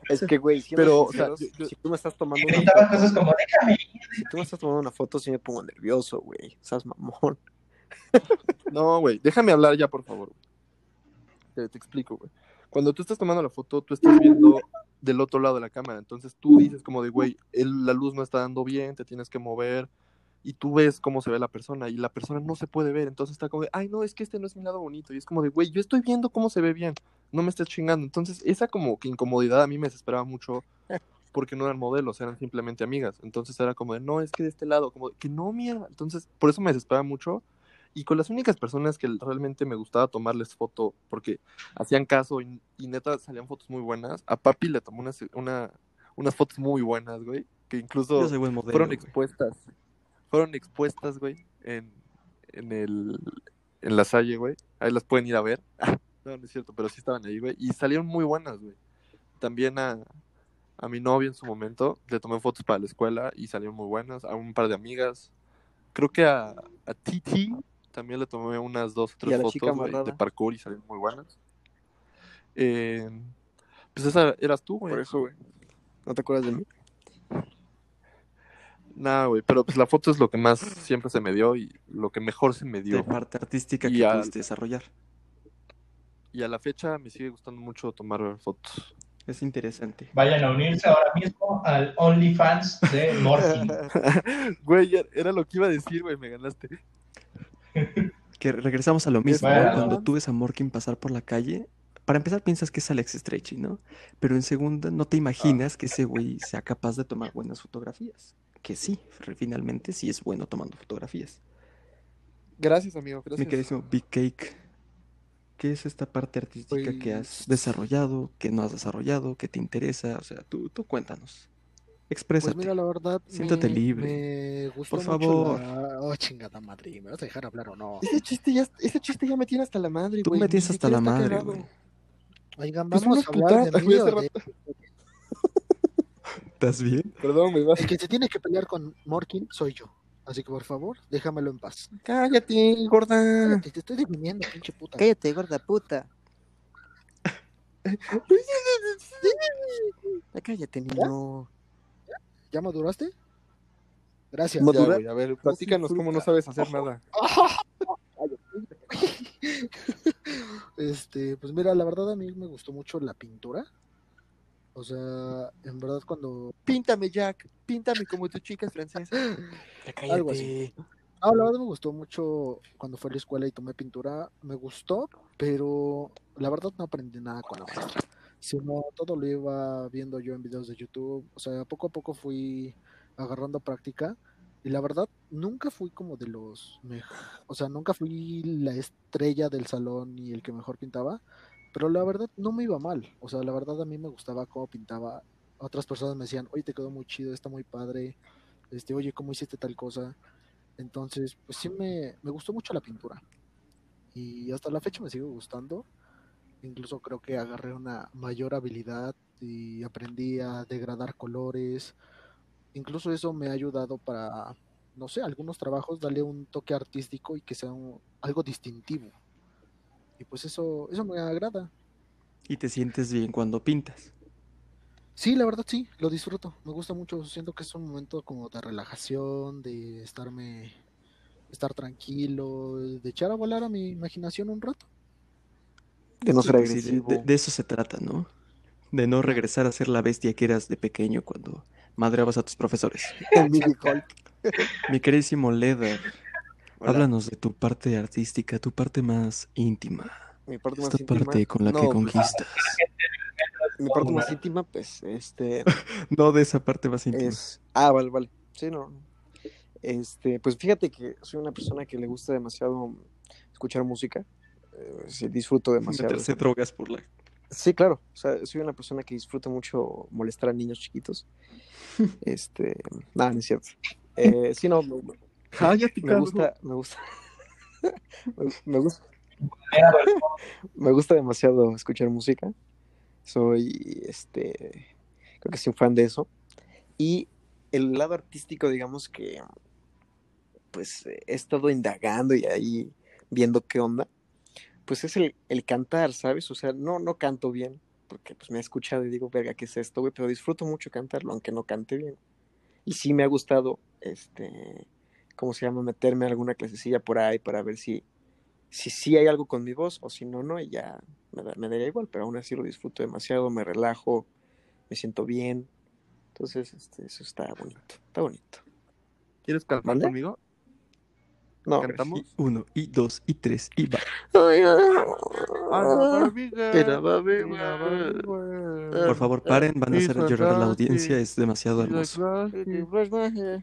Es que, güey, siendo Pero, o sea, sinceros, yo- yo- si tú me estás tomando Y una gritaba foto, cosas como, déjame ir. si tú me estás tomando una foto, sí me pongo nervioso, güey. Estás mamón. no, güey, déjame hablar ya, por favor. Te, te explico, güey. Cuando tú estás tomando la foto, tú estás viendo del otro lado de la cámara. Entonces tú dices como de, güey, el- la luz no está dando bien, te tienes que mover. Y tú ves cómo se ve la persona. Y la persona no se puede ver. Entonces está como de, ay, no, es que este no es mi lado bonito. Y es como de, güey, yo estoy viendo cómo se ve bien. No me estés chingando. Entonces esa como que incomodidad a mí me desesperaba mucho. Porque no eran modelos, eran simplemente amigas. Entonces era como de, no, es que de este lado. Como de, que no, mierda. Entonces por eso me desesperaba mucho. Y con las únicas personas que realmente me gustaba tomarles foto, porque hacían caso y, y neta salían fotos muy buenas, a Papi le tomó unas, una, unas fotos muy buenas, güey, que Yo incluso soy buen modelo, fueron güey. expuestas, fueron expuestas, güey, en, en el, en la Salle, güey. Ahí las pueden ir a ver. No, no es cierto, pero sí estaban ahí, güey. Y salieron muy buenas, güey. También a, a mi novia en su momento le tomé fotos para la escuela y salieron muy buenas. A un par de amigas. Creo que a, a Titi también le tomé unas dos o Y tres a la chica fotos, más güey, de rara. parkour y salieron muy buenas. Eh, pues esa eras tú, Por güey. eso, güey. ¿No te acuerdas de mí? Nah, güey, pero pues la foto es lo que más siempre se me dio y lo que mejor se me De dio. parte artística Y que a, pudiste desarrollar. y a la fecha me sigue gustando mucho tomar fotos. Es interesante. Vayan a unirse ahora mismo al OnlyFans de Morkin. Güey, ya- era lo que iba a decir, güey, me ganaste. Que regresamos a lo mismo, Bueno, ¿no? no. Cuando tú ves a Morkin pasar por la calle, para empezar piensas que es Alex Stretchy, ¿no? Pero en segunda no te imaginas que ese güey sea capaz de tomar buenas fotografías. Que sí, finalmente sí es bueno tomando fotografías. Gracias, amigo, Mi gracias. queridísimo Big Cake, ¿qué es esta parte artística que has Pues, desarrollado, que no has desarrollado, que te interesa? O sea, tú, tú cuéntanos. pues Exprésate. mira, la verdad, Siéntate me, libre. me gustó Por mucho favor. la... Oh, chingada madre, ¿me vas a dejar hablar o no? Ese chiste ya, ese chiste ya me tiene hasta la madre, Tú güey. me Ni tienes hasta siquiera la está madre, cagado. güey. Oigan, Pues vamos una a hablar de putada, mí güey, o hace de... rato. ¿Estás bien? Perdón, güey, vas. El que se tiene que pelear con Morkin soy yo. Así que por favor, déjamelo en paz. Cállate, gorda. Cállate, te estoy defendiendo, pinche puta. Cállate, gorda puta. Cállate, niño. ¿Ya maduraste? Gracias. Ya, Madura- güey, a ver, platícanos cómo no sabes hacer nada. Este, pues mira, la verdad a mí me gustó mucho la pintura. O sea, en verdad cuando... Píntame, Jack. Píntame como tu chica es francesa. Algo así. No, la verdad me gustó mucho cuando fui a la escuela y tomé pintura. Me gustó, pero la verdad no aprendí nada con la maestra. Sino todo lo iba viendo yo en videos de YouTube. O sea, poco a poco fui agarrando práctica. Y la verdad, nunca fui como de los... mej- O sea, nunca fui la estrella del salón y el que mejor pintaba. Pero la verdad no me iba mal. O sea, la verdad a mí me gustaba cómo pintaba. Otras personas me decían, oye, te quedó muy chido, está muy padre. Este, oye, ¿cómo hiciste tal cosa? Entonces, pues sí me, me gustó mucho la pintura. Y hasta la fecha me sigue gustando. Incluso creo que agarré una mayor habilidad y aprendí a degradar colores. Incluso eso me ha ayudado para, no sé, algunos trabajos, darle un toque artístico y que sea un- algo distintivo. Y pues eso, eso me agrada. Y te sientes bien cuando pintas. Sí, la verdad sí, lo disfruto. Me gusta mucho. Siento que es un momento como de relajación, de estarme, estar tranquilo, de echar a volar a mi imaginación un rato. De no Sí, ser pues sí, de, de- agresivo. de eso se trata, ¿no? De no Claro. regresar a ser la bestia que eras de pequeño cuando madreabas a tus profesores. El mini Hulk. Mi queridísimo Leder, Hola. háblanos de tu parte artística, tu parte más íntima. Mi parte más Esta íntima. parte con la que No, pues- conquistas. Mi parte más íntima, pues, este, No de esa parte más íntima. es. Ah, vale, vale. Sí, no. Este, pues fíjate que soy una persona que le gusta demasiado escuchar música. Eh, sí, disfruto demasiado. Meterse drogas por la... Sí, claro. O sea, soy una persona que disfruta mucho molestar a niños chiquitos. Este, nada, no es cierto. Eh, sí, no, me, Cállate, me cabrón. gusta, me gusta, me, me gusta, me gusta demasiado escuchar música. Soy, este, creo que soy un fan de eso. Y el lado artístico, digamos que, pues, he estado indagando y ahí viendo qué onda. Pues es el, el cantar, ¿sabes? O sea, no, no canto bien, porque pues me he escuchado y digo, verga, ¿qué es esto, güey? Pero disfruto mucho cantarlo, aunque no cante bien. Y sí me ha gustado, este, ¿cómo se llama? Meterme a alguna clasecilla por ahí para ver si, si sí hay algo con mi voz o si no, no, y ya me, da- me daría igual, pero aún así lo disfruto demasiado, me relajo, me siento bien. Entonces, este, eso está bonito, está bonito. ¿Quieres cantar ¿Mande? conmigo? No, Y ¿Cantamos? uno, y dos, y tres, y va. A la Barbie Era girl, Barbie, y la Barbie güey. Por girl. favor, paren, van a He's hacer llorar a la audiencia, fantastic. es demasiado He's like hermoso. plastic.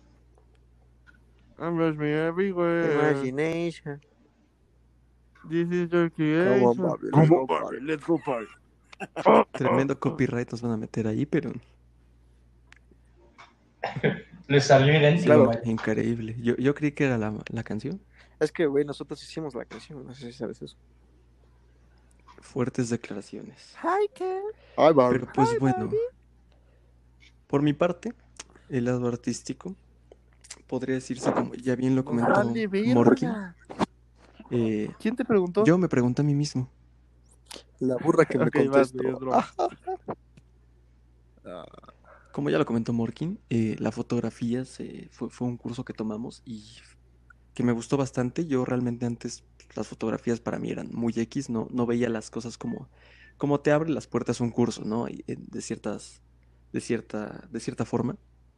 I'm just me everywhere. Imagination. This is your Come on, creation. Barbie, let's Come go on, Barbie, party. let's go party. Tremendo copyright nos van a meter ahí, pero Le salió idéntico, Claro. Mike. increíble. Yo, yo creí que era la, la canción. Es que, güey, nosotros hicimos la canción, no sé si sabes eso. Fuertes declaraciones. Hi, Ken. Hi, Barbie. Pero pues Hi, bueno, Barbie. por mi parte, el lado artístico podría decirse, como ya bien lo comentó Vale, Morky, verga. eh, ¿Quién te preguntó? yo me pregunto a mí mismo. La burra que me Ok, vas, contestó. güey, es broma. Como ya lo comentó Morkin, eh, la fotografía se, fue, fue un curso que tomamos y que me gustó bastante. Yo realmente antes las fotografías para mí eran muy X, no, no veía las cosas como, como te abre las puertas un curso, ¿no? Y, eh, de ciertas, de cierta, de cierta forma.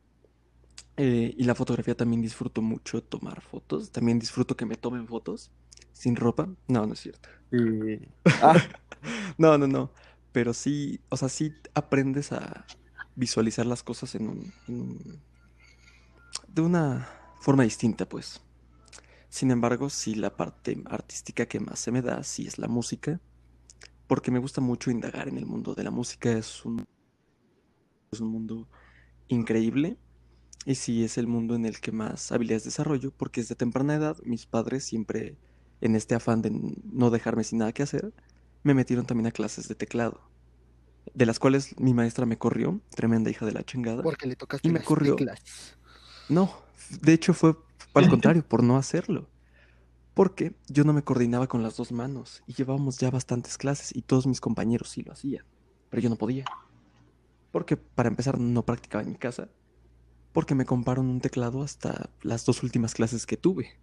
Eh, y la fotografía también disfruto mucho tomar fotos. También disfruto que me tomen fotos sin ropa. No, no es cierto. Y... Ah, No, no, no. Pero sí, o sea, sí aprendes a visualizar las cosas en un, en un- de una forma distinta, pues. Sin embargo, sí la parte artística que más se me da, sí es la música, porque me gusta mucho indagar en el mundo de la música. Es un, es un mundo increíble y sí es el mundo en el que más habilidades desarrollo, porque desde temprana edad mis padres siempre, en este afán de n- no dejarme sin nada que hacer, me metieron también a clases de teclado, de las cuales mi maestra me corrió, tremenda hija de la chingada, Porque le y tocaste me las corrió. teclas. No, de hecho fue al contrario, por no hacerlo. Porque yo no me coordinaba con las dos manos y llevábamos ya bastantes clases y todos mis compañeros sí lo hacían, pero yo no podía. Porque para empezar no practicaba en mi casa, porque me compraron un teclado hasta las dos últimas clases que tuve,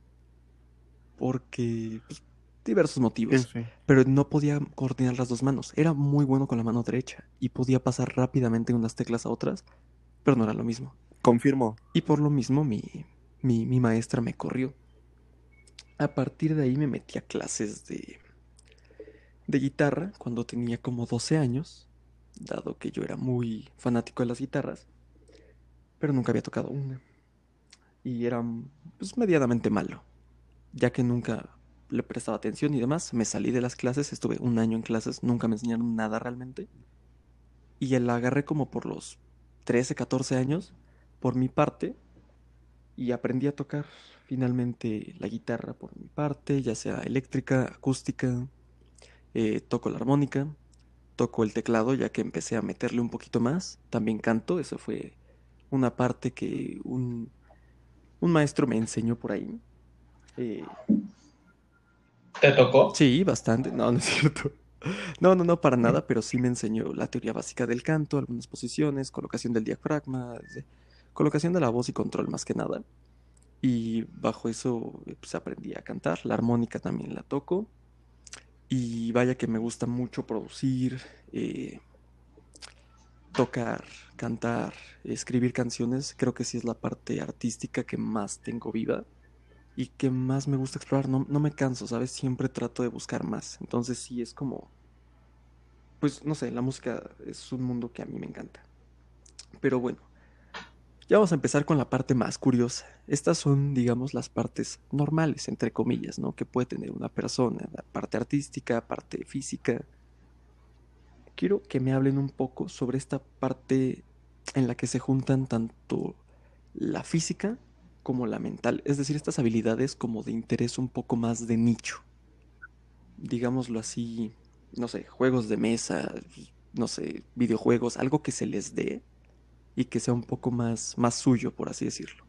porque pues, diversos motivos, Sí. pero no podía coordinar las dos manos. Era muy bueno con la mano derecha y podía pasar rápidamente de unas teclas a otras, pero no era lo mismo. Confirmo. Y por lo mismo mi, mi, mi maestra me corrió. A partir de ahí me metí a clases de, de guitarra cuando tenía como doce años, dado que yo era muy fanático de las guitarras, pero nunca había tocado una. Y era pues, medianamente malo, ya que nunca le prestaba atención y demás. Me salí de las clases, estuve un año en clases, nunca me enseñaron nada realmente. Y la agarré como por los trece, catorce años, por mi parte, y aprendí a tocar finalmente la guitarra por mi parte, ya sea eléctrica, acústica, eh, toco la armónica, toco el teclado ya que empecé a meterle un poquito más, también canto, eso fue una parte que un, un maestro me enseñó por ahí. Eh, ¿Te tocó? sí, bastante, no, no es cierto. No, no, no, para nada, pero sí me enseñó la teoría básica del canto, algunas posiciones, colocación del diafragma, de- colocación de la voz y control más que nada. Y bajo eso eh, pues aprendí a cantar, la armónica también la toco. Y vaya que me gusta mucho producir, eh, tocar, cantar, escribir canciones, creo que sí es la parte artística que más tengo viva y que más me gusta explorar. No, no me canso, ¿sabes? Siempre trato de buscar más. Entonces sí es como, pues no sé, la música es un mundo que a mí me encanta. Pero bueno, ya vamos a empezar con la parte más curiosa. Estas son, digamos, las partes normales, entre comillas, ¿no? Que puede tener una persona, la parte artística, parte física. Quiero que me hablen un poco sobre esta parte en la que se juntan tanto la física como la mental, es decir, estas habilidades como de interés un poco más de nicho, digámoslo así, no sé, juegos de mesa, no sé, videojuegos, algo que se les dé y que sea un poco más, más suyo, por así decirlo.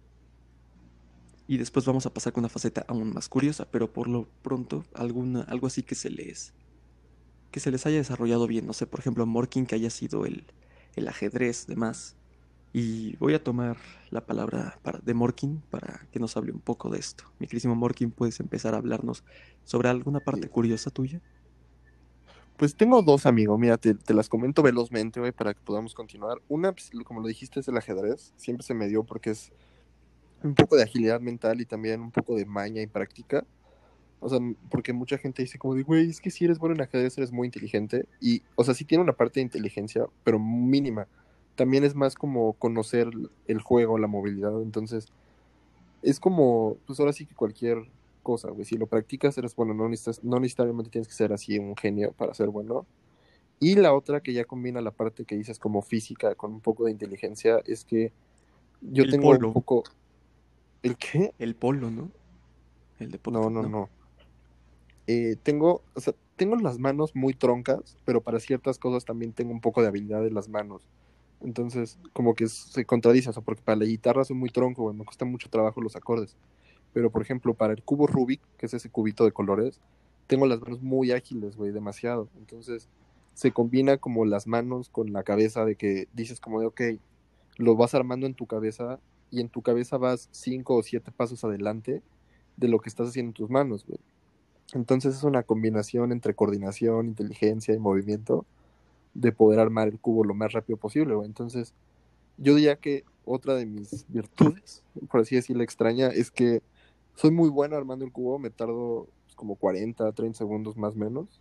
Y después vamos a pasar con una faceta aún más curiosa, pero por lo pronto alguna, algo así que se les, que se les haya desarrollado bien. No sé, por ejemplo, Morkin, que haya sido el, el ajedrez, demás. Y voy a tomar la palabra para, de Morkin para que nos hable un poco de esto. Mi querísimo Morkin, ¿puedes empezar a hablarnos sobre alguna parte Sí. curiosa tuya? Pues tengo dos, amigos, mira, te, te las comento velozmente, güey, para que podamos continuar. Una, pues, como lo dijiste, es el ajedrez. Siempre se me dio porque es un poco de agilidad mental y también un poco de maña y práctica. O sea, porque mucha gente dice como de, güey, es que si eres bueno en ajedrez eres muy inteligente. Y, o sea, sí tiene una parte de inteligencia, pero mínima. También es más como conocer el juego, la movilidad. Entonces, es como, pues ahora sí que cualquier cosa, güey. Si lo practicas eres bueno, no necesitas, no necesariamente tienes que ser así un genio para ser bueno. Y la otra que ya combina la parte que dices como física con un poco de inteligencia es que yo El tengo un polo. poco... ¿El qué? El polo, ¿no? El No, deporte, no, ¿no? no. Eh, tengo, o sea, tengo las manos muy troncas, pero para ciertas cosas también tengo un poco de habilidad en las manos. Entonces, como que se contradice, o sea, porque para la guitarra soy muy tronco, güey, me cuesta mucho trabajo los acordes. Pero, por ejemplo, para el cubo Rubik, que es ese cubito de colores, tengo las manos muy ágiles, güey, demasiado. Entonces, se combina como las manos con la cabeza de que dices como de, ok, lo vas armando en tu cabeza y en tu cabeza vas cinco o siete pasos adelante de lo que estás haciendo en tus manos, güey. Entonces es una combinación entre coordinación, inteligencia y movimiento de poder armar el cubo lo más rápido posible, güey. Entonces, yo diría que otra de mis virtudes, por así decirlo, extraña, es que soy muy bueno armando el cubo, me tardo pues, como cuarenta, treinta segundos más o menos.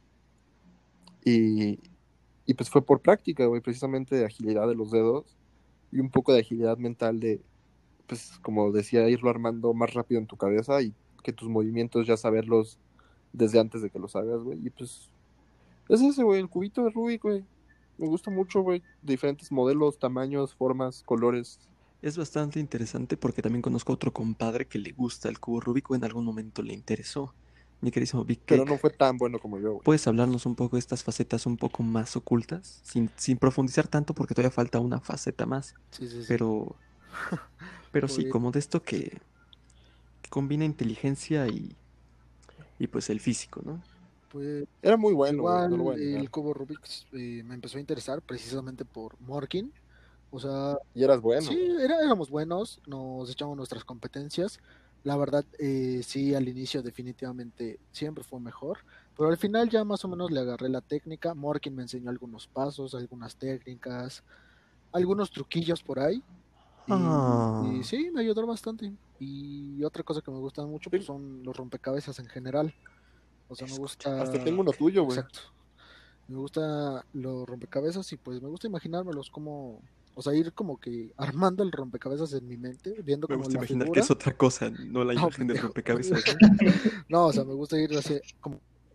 Y, y pues fue por práctica, güey, precisamente de agilidad de los dedos y un poco de agilidad mental de, pues como decía, irlo armando más rápido en tu cabeza y que tus movimientos ya saberlos desde antes de que los hagas, güey. Y pues es ese, güey, el cubito de Rubik, güey. Me gusta mucho, güey. De diferentes modelos, tamaños, formas, colores. Es bastante interesante porque también conozco a otro compadre que le gusta el cubo Rubik o en algún momento le interesó. Mi querísimo Big Pero no Cake, fue tan bueno como yo, güey. ¿puedes hablarnos un poco de estas facetas un poco más ocultas? Sin, sin profundizar tanto porque todavía falta una faceta más. Sí, sí, sí. Pero, pero sí, Pues, como de esto que, que combina inteligencia y, y pues el físico, ¿no? pues Era muy bueno, güey. No lo voy igual a negar. el cubo Rubik eh, me empezó a interesar precisamente por Morkin. O sea, Y eras bueno, sí, güey. era- éramos buenos, nos echamos nuestras competencias. La verdad, eh, sí, al inicio definitivamente siempre fue mejor, pero al final ya más o menos le agarré la técnica. Morkin me enseñó algunos pasos, algunas técnicas, algunos truquillos por ahí, y, y Ah, sí, me ayudó bastante. Y otra cosa que me gusta mucho pues, Ten- son los rompecabezas en general. O sea, me Hasta gusta, tengo uno tuyo, güey. exacto, me gusta los rompecabezas y pues me gusta imaginármelos como, o sea, ir como que armando el rompecabezas en mi mente, viendo me como gusta la imaginar que figura. es otra cosa, no la No, imagen del pendejo. rompecabezas, ¿no? No, o sea, me gusta ir así como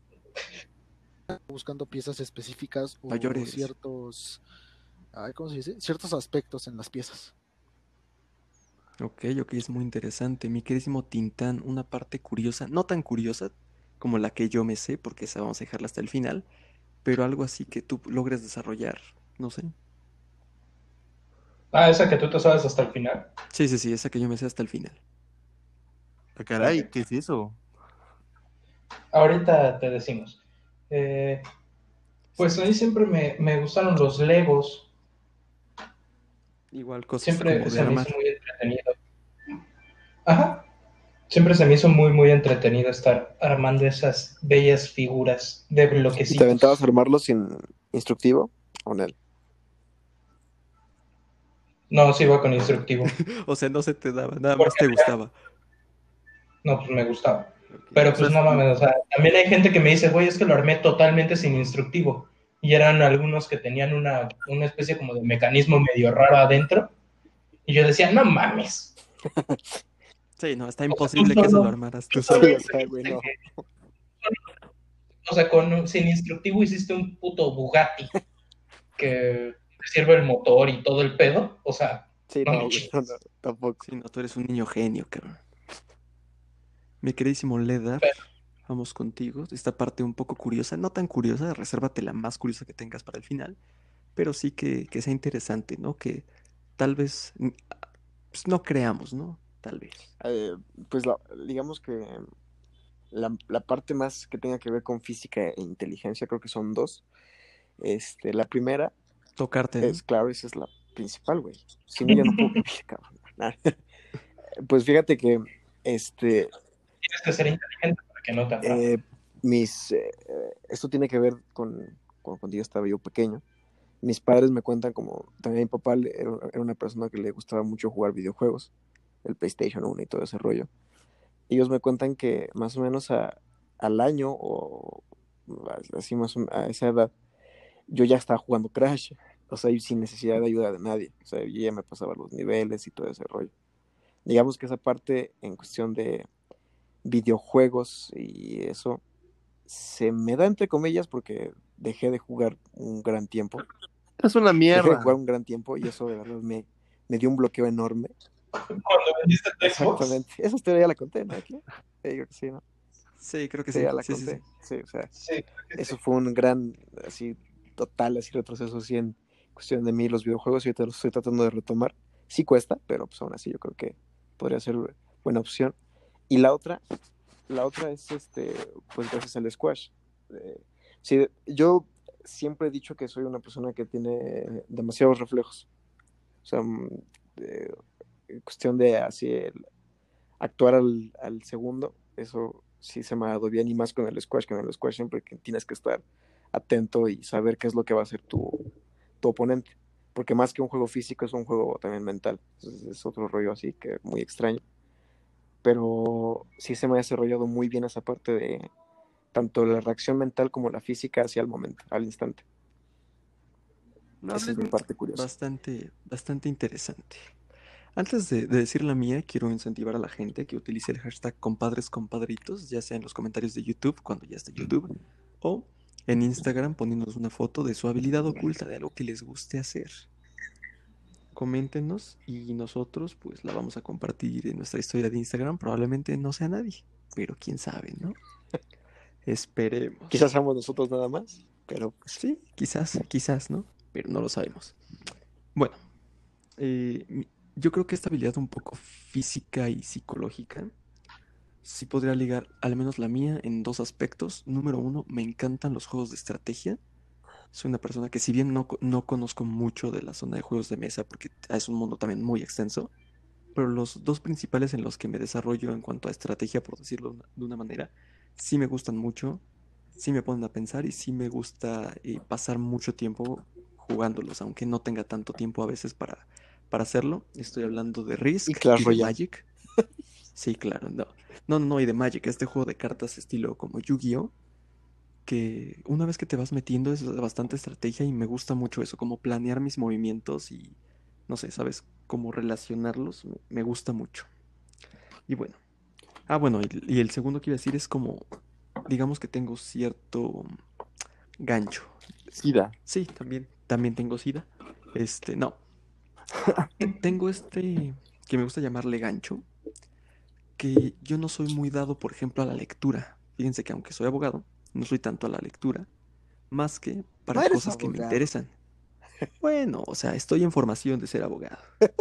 buscando piezas específicas o Mayores. ciertos, ay, ¿cómo se dice? Ciertos aspectos en las piezas. Ok, ok, es muy interesante. Mi queridísimo Tintán, una parte curiosa, no tan curiosa como la que yo me sé, porque esa vamos a dejarla hasta el final, pero algo así que tú logres desarrollar, no sé. Ah, esa que tú te sabes hasta el final. Sí, sí, sí, esa que yo me sé hasta el final. Ah, Ok. caray, ¿qué es eso? Ahorita te decimos. Eh, pues a mí siempre me, me gustaron los Legos. Igual cosas Siempre como de se me hizo armar. muy entretenido. Ajá. Siempre se me hizo muy, muy entretenido estar armando esas bellas figuras de ¿Y te aventabas a bloquecitos. armarlo sin instructivo o en él? No, sí iba con instructivo. O sea, no se te daba, nada más Porque te gustaba. no, pues me gustaba. Ok, Pero O sea, pues es- no mames, o sea, también hay gente que me dice, güey, es que lo armé totalmente sin instructivo. Y eran algunos que tenían una, una especie como de mecanismo medio raro adentro. Y yo decía, no mames. sí, no, está O sea, tú imposible que eso lo solo, armaras tú tú solo Sí, solo. o sea, güey, hiciste no. que, o sea, con, sin instructivo hiciste un puto Bugatti que te sirve el motor y todo el pedo. O sea, Sí, no me no, güey, no, no, chingues. tampoco. Sí, no, tú eres un niño genio, cabrón. Mi queridísimo Ledar, vamos contigo. Esta parte un poco curiosa, no tan curiosa, resérvate la más curiosa que tengas para el final, pero sí que, que sea interesante, ¿no? Que tal vez mm, pues, no creamos, ¿no? Tal vez. Eh, pues la- digamos que la, la parte más que tenga que ver con física e inteligencia, creo que son dos. Este, la primera Tocarte, ¿no? es, claro, esa es la principal, güey. Si no, ya no puedo vivir, cabrón. Nah. Pues fíjate que, este, Tienes que ser inteligente para que no te atrape. eh, mis, eh, esto tiene que ver con, con cuando yo estaba yo pequeño. Mis padres me cuentan como, también mi papá le- era, era una persona que le gustaba mucho jugar videojuegos, el PlayStation uno y todo ese rollo. Ellos me cuentan que más o menos a, al año o así más o menos a esa edad, yo ya estaba jugando Crash, o sea, y sin necesidad de ayuda de nadie, o sea, yo ya me pasaba los niveles y todo ese rollo. Digamos que esa parte en cuestión de videojuegos y eso se me da entre comillas porque dejé de jugar un gran tiempo, Es una dejé de jugar mierda. un gran tiempo y eso de verdad me, me dio un bloqueo enorme. Cuando vendiste tu Xbox, Exactamente, esa historia ya la conté, ¿no? Aquí, Eh, digo que sí, ¿no? Sí, creo que Sí, sí. ya la Sí, sí, sí. conté, sí, o sea, sí, creo que eso sí. fue un gran, así, total, así, retroceso, así, en cuestión de mí, los videojuegos, y ahorita los estoy tratando de retomar. Sí cuesta, pero pues aún así yo creo que podría ser buena opción. Y la otra, la otra es, este, pues gracias al squash. Eh, sí, yo siempre he dicho que soy una persona que tiene demasiados reflejos. O sea, mm, eh, en cuestión de así, el actuar al, al segundo, eso sí se me ha dado bien, y más con el squash, con el squash siempre que tienes que estar atento y saber qué es lo que va a hacer tu, tu oponente, porque más que un juego físico es un juego también mental. Entonces, es otro rollo así que muy extraño, pero sí se me ha desarrollado muy bien esa parte de tanto la reacción mental como la física hacia el momento, al instante. No, Esa es sí, mi parte curiosa. Bastante, bastante interesante. Antes de, de decir la mía, quiero incentivar a la gente que utilice el hashtag compadres compadritos, ya sea en los comentarios de YouTube, cuando ya esté YouTube, o en Instagram poniéndonos una foto de su habilidad oculta, de algo que les guste hacer. Coméntenos y nosotros pues la vamos a compartir en nuestra historia de Instagram. Probablemente no sea nadie, pero quién sabe, ¿no? Esperemos. Quizás seamos nosotros nada más, pero pues, Sí, quizás, quizás, ¿no? Pero no lo sabemos. Bueno, eh, mi- yo creo que esta habilidad un poco física y psicológica sí podría ligar al menos la mía en dos aspectos. Número uno, me encantan los juegos de estrategia. Soy una persona que si bien no, co- no conozco mucho de la zona de juegos de mesa, porque es un mundo también muy extenso, pero los dos principales en los que me desarrollo en cuanto a estrategia, por decirlo una- de una manera, sí me gustan mucho, sí me ponen a pensar y sí me gusta eh, pasar mucho tiempo jugándolos, aunque no tenga tanto tiempo a veces para, para hacerlo. Estoy hablando de y Risk Clash y de Royale. Magic. Sí, claro, no. No, no, y de Magic, este juego de cartas estilo como Yu-Gi-Oh! Que una vez que te vas metiendo es bastante estrategia y me gusta mucho eso, como planear mis movimientos y, no sé, ¿sabes? Cómo relacionarlos, me, me gusta mucho. Y bueno, ah, bueno, y, y el segundo que iba a decir es como, digamos que tengo cierto gancho. Sida. Sí, también, también tengo sida. Este, no, te- tengo este que me gusta llamarle gancho, que yo no soy muy dado, por ejemplo, a la lectura. Fíjense que aunque soy abogado, no soy tanto a la lectura, más que No para eres cosas que me abogado. interesan. Bueno, o sea, estoy en formación de ser abogado.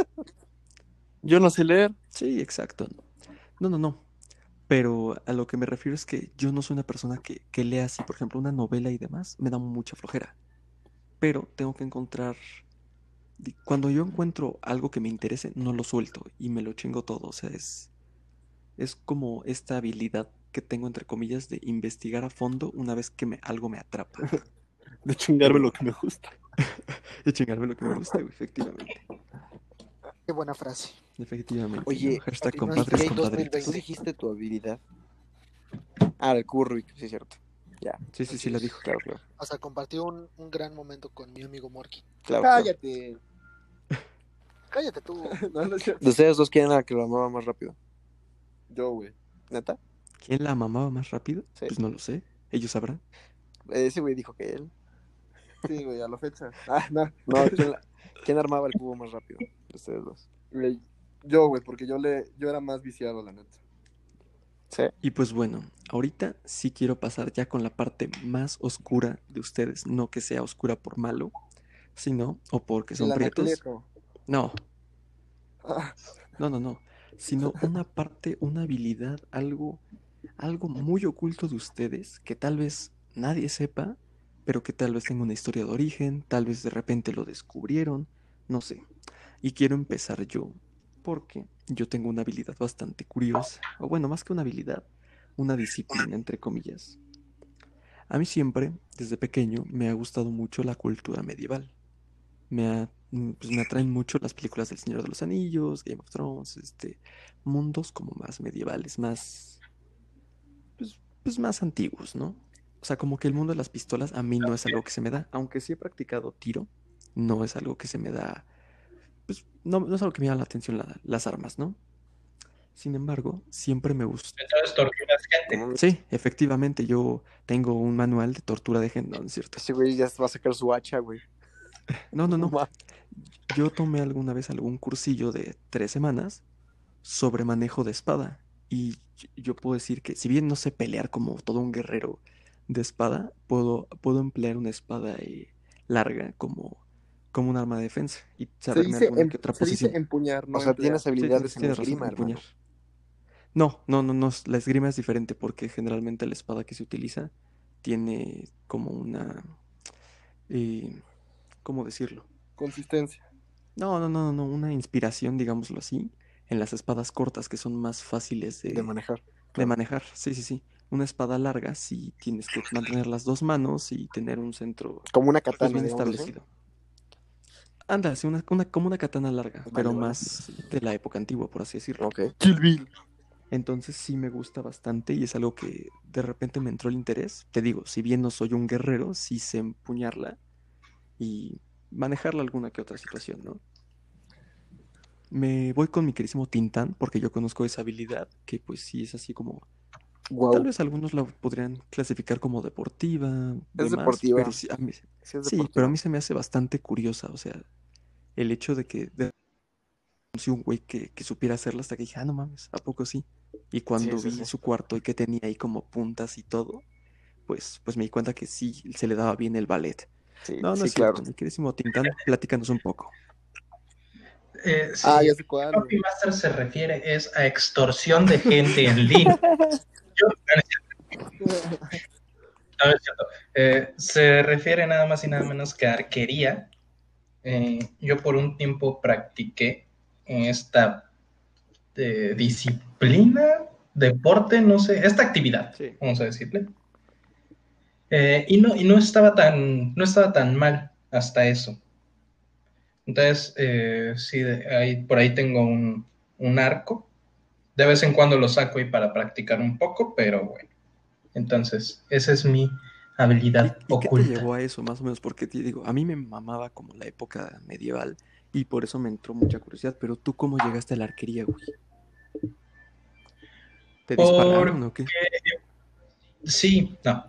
Yo no sé leer. Sí, exacto. No, no, no. Pero a lo que me refiero es que yo no soy una persona que, que lea así, por ejemplo, una novela y demás, me da mucha flojera. Pero tengo que encontrar, di- cuando yo encuentro algo que me interese, no lo suelto y me lo chingo todo. O sea, es, es como esta habilidad que tengo, entre comillas, de investigar a fondo una vez que me, algo me atrapa. De chingarme Pero lo que me gusta. de chingarme lo que me gusta, güey, efectivamente. Qué buena frase. Efectivamente, ¿no? Oye, Hashtag Continúa ¿y compadres, qué? Infinity compadritos. ¿Tú dos mil veinte. dijiste tu habilidad? Ah, el cubo Rubik, sí, es cierto. Ya, Sí, sí, Así sí, la es. dijo. claro, claro. Hasta compartí un, un gran momento con mi amigo Morky. Claro, claro. Cállate. Cállate tú. No, no es cierto. De ustedes dos, ¿quién era el que lo amaba más rápido? Yo, güey. ¿Neta? ¿Quién la mamaba más rápido? Sí. Pues no lo sé. Ellos sabrán. Ese güey dijo que él. Sí, güey, a la fecha. Ah, no. No, ¿quién, la- ¿quién armaba el cubo más rápido? De ustedes dos. Güey, yo, güey, porque yo le, yo era más viciado, la neta. Sí. Y pues bueno, ahorita sí quiero pasar ya con la parte más oscura de ustedes. No que sea oscura por malo, sino, o porque son El prietos. anacleto. No, Ah, no, no, no. Sino una parte, una habilidad, algo, algo muy oculto de ustedes que tal vez nadie sepa, pero que tal vez tenga una historia de origen, tal vez de repente lo descubrieron, no sé. Y quiero empezar yo, porque yo tengo una habilidad bastante curiosa, o bueno, más que una habilidad, una disciplina, entre comillas. A mí siempre, desde pequeño, me ha gustado mucho la cultura medieval. Me, ha- mm, pues me atraen mucho las películas del Señor de los Anillos, Game of Thrones, este, mundos como más medievales, más, pues, pues más antiguos, ¿no? O sea, como que el mundo de las pistolas a mí no es algo que se me da, aunque sí he practicado tiro, no es algo que se me da, pues no, no es algo que me llama la atención la- las armas, ¿no? Sin embargo, siempre me gustó. Entonces torturas gente. Como Sí, efectivamente, yo tengo un manual de tortura de gente, no, no es cierto. ese güey ya va a sacar su hacha, güey. No, no, No no. mames. Yo tomé alguna vez algún cursillo de tres semanas sobre manejo de espada. Y yo yo puedo decir que, si bien no sé pelear como todo un guerrero de espada, puedo, puedo emplear una espada eh, larga como, como un arma de defensa y Se saberme dice, alguna em- que otra se dice posición. empuñar, O no sea, emplear. tienes Sí, habilidades tienes, en tienes razón, esgrima, hermano. empuñar. No, no, no, no, la esgrima es diferente porque generalmente la espada que se utiliza tiene como una, eh, ¿cómo decirlo? Consistencia. No, no, no, no, una inspiración, digámoslo así, en las espadas cortas que son más fáciles De de, manejar. de Claro. manejar. Sí, sí, sí. Una espada larga sí tienes que mantener las dos manos y tener un centro Como una pues katana, bien digamos así. establecido. Anda, sí, una, una- como una katana larga, pero Vale, vale. más de la época antigua, por así decirlo. Ok. Kill Bill. Entonces sí me gusta bastante y es algo que de repente me entró el interés. Te digo, si bien no soy un guerrero, sí sé empuñarla y manejarla alguna que otra situación, ¿no? Me voy con mi querísimo Tintán porque yo conozco esa habilidad que pues sí es así como, tal Wow. vez algunos la podrían clasificar como deportiva, Es demás, deportiva. pero sí, a mí, Sí, es sí, pero a deportiva. mí se me hace bastante curiosa, o sea, el hecho de que de conocí un güey que, que supiera hacerla hasta que dije, ah, no mames, ¿a poco sí? Y Sí, cuando sí, vi sí. su cuarto y que tenía ahí como puntas y todo, pues, pues me di cuenta que sí se le daba bien el ballet. Sí, No, no sí, es claro. cierto, mi querísimo Tintán, platícanos un poco. Eh, Ah, si ya sé cuál, güey. Copy Master se refiere es a extorsión de gente en línea. Yo- no, es cierto. No, es cierto. Eh, se refiere nada más y nada menos que a arquería. Eh, yo por un tiempo practiqué esta eh, disciplina, deporte, no sé, esta actividad, Sí. vamos a decirle. Eh, y, no, y no estaba tan, no estaba tan mal hasta eso. Entonces, eh, sí, de- ahí, por ahí tengo un, un arco. De vez en cuando lo saco ahí para practicar un poco, pero bueno. Entonces, esa es mi ¿Y, habilidad y qué te oculta. llevó a eso, más o menos? Porque te digo, a mí me mamaba como la época medieval y por eso me entró mucha curiosidad, pero ¿tú cómo llegaste a la arquería, güey? ¿Te Porque dispararon o qué? sí, no.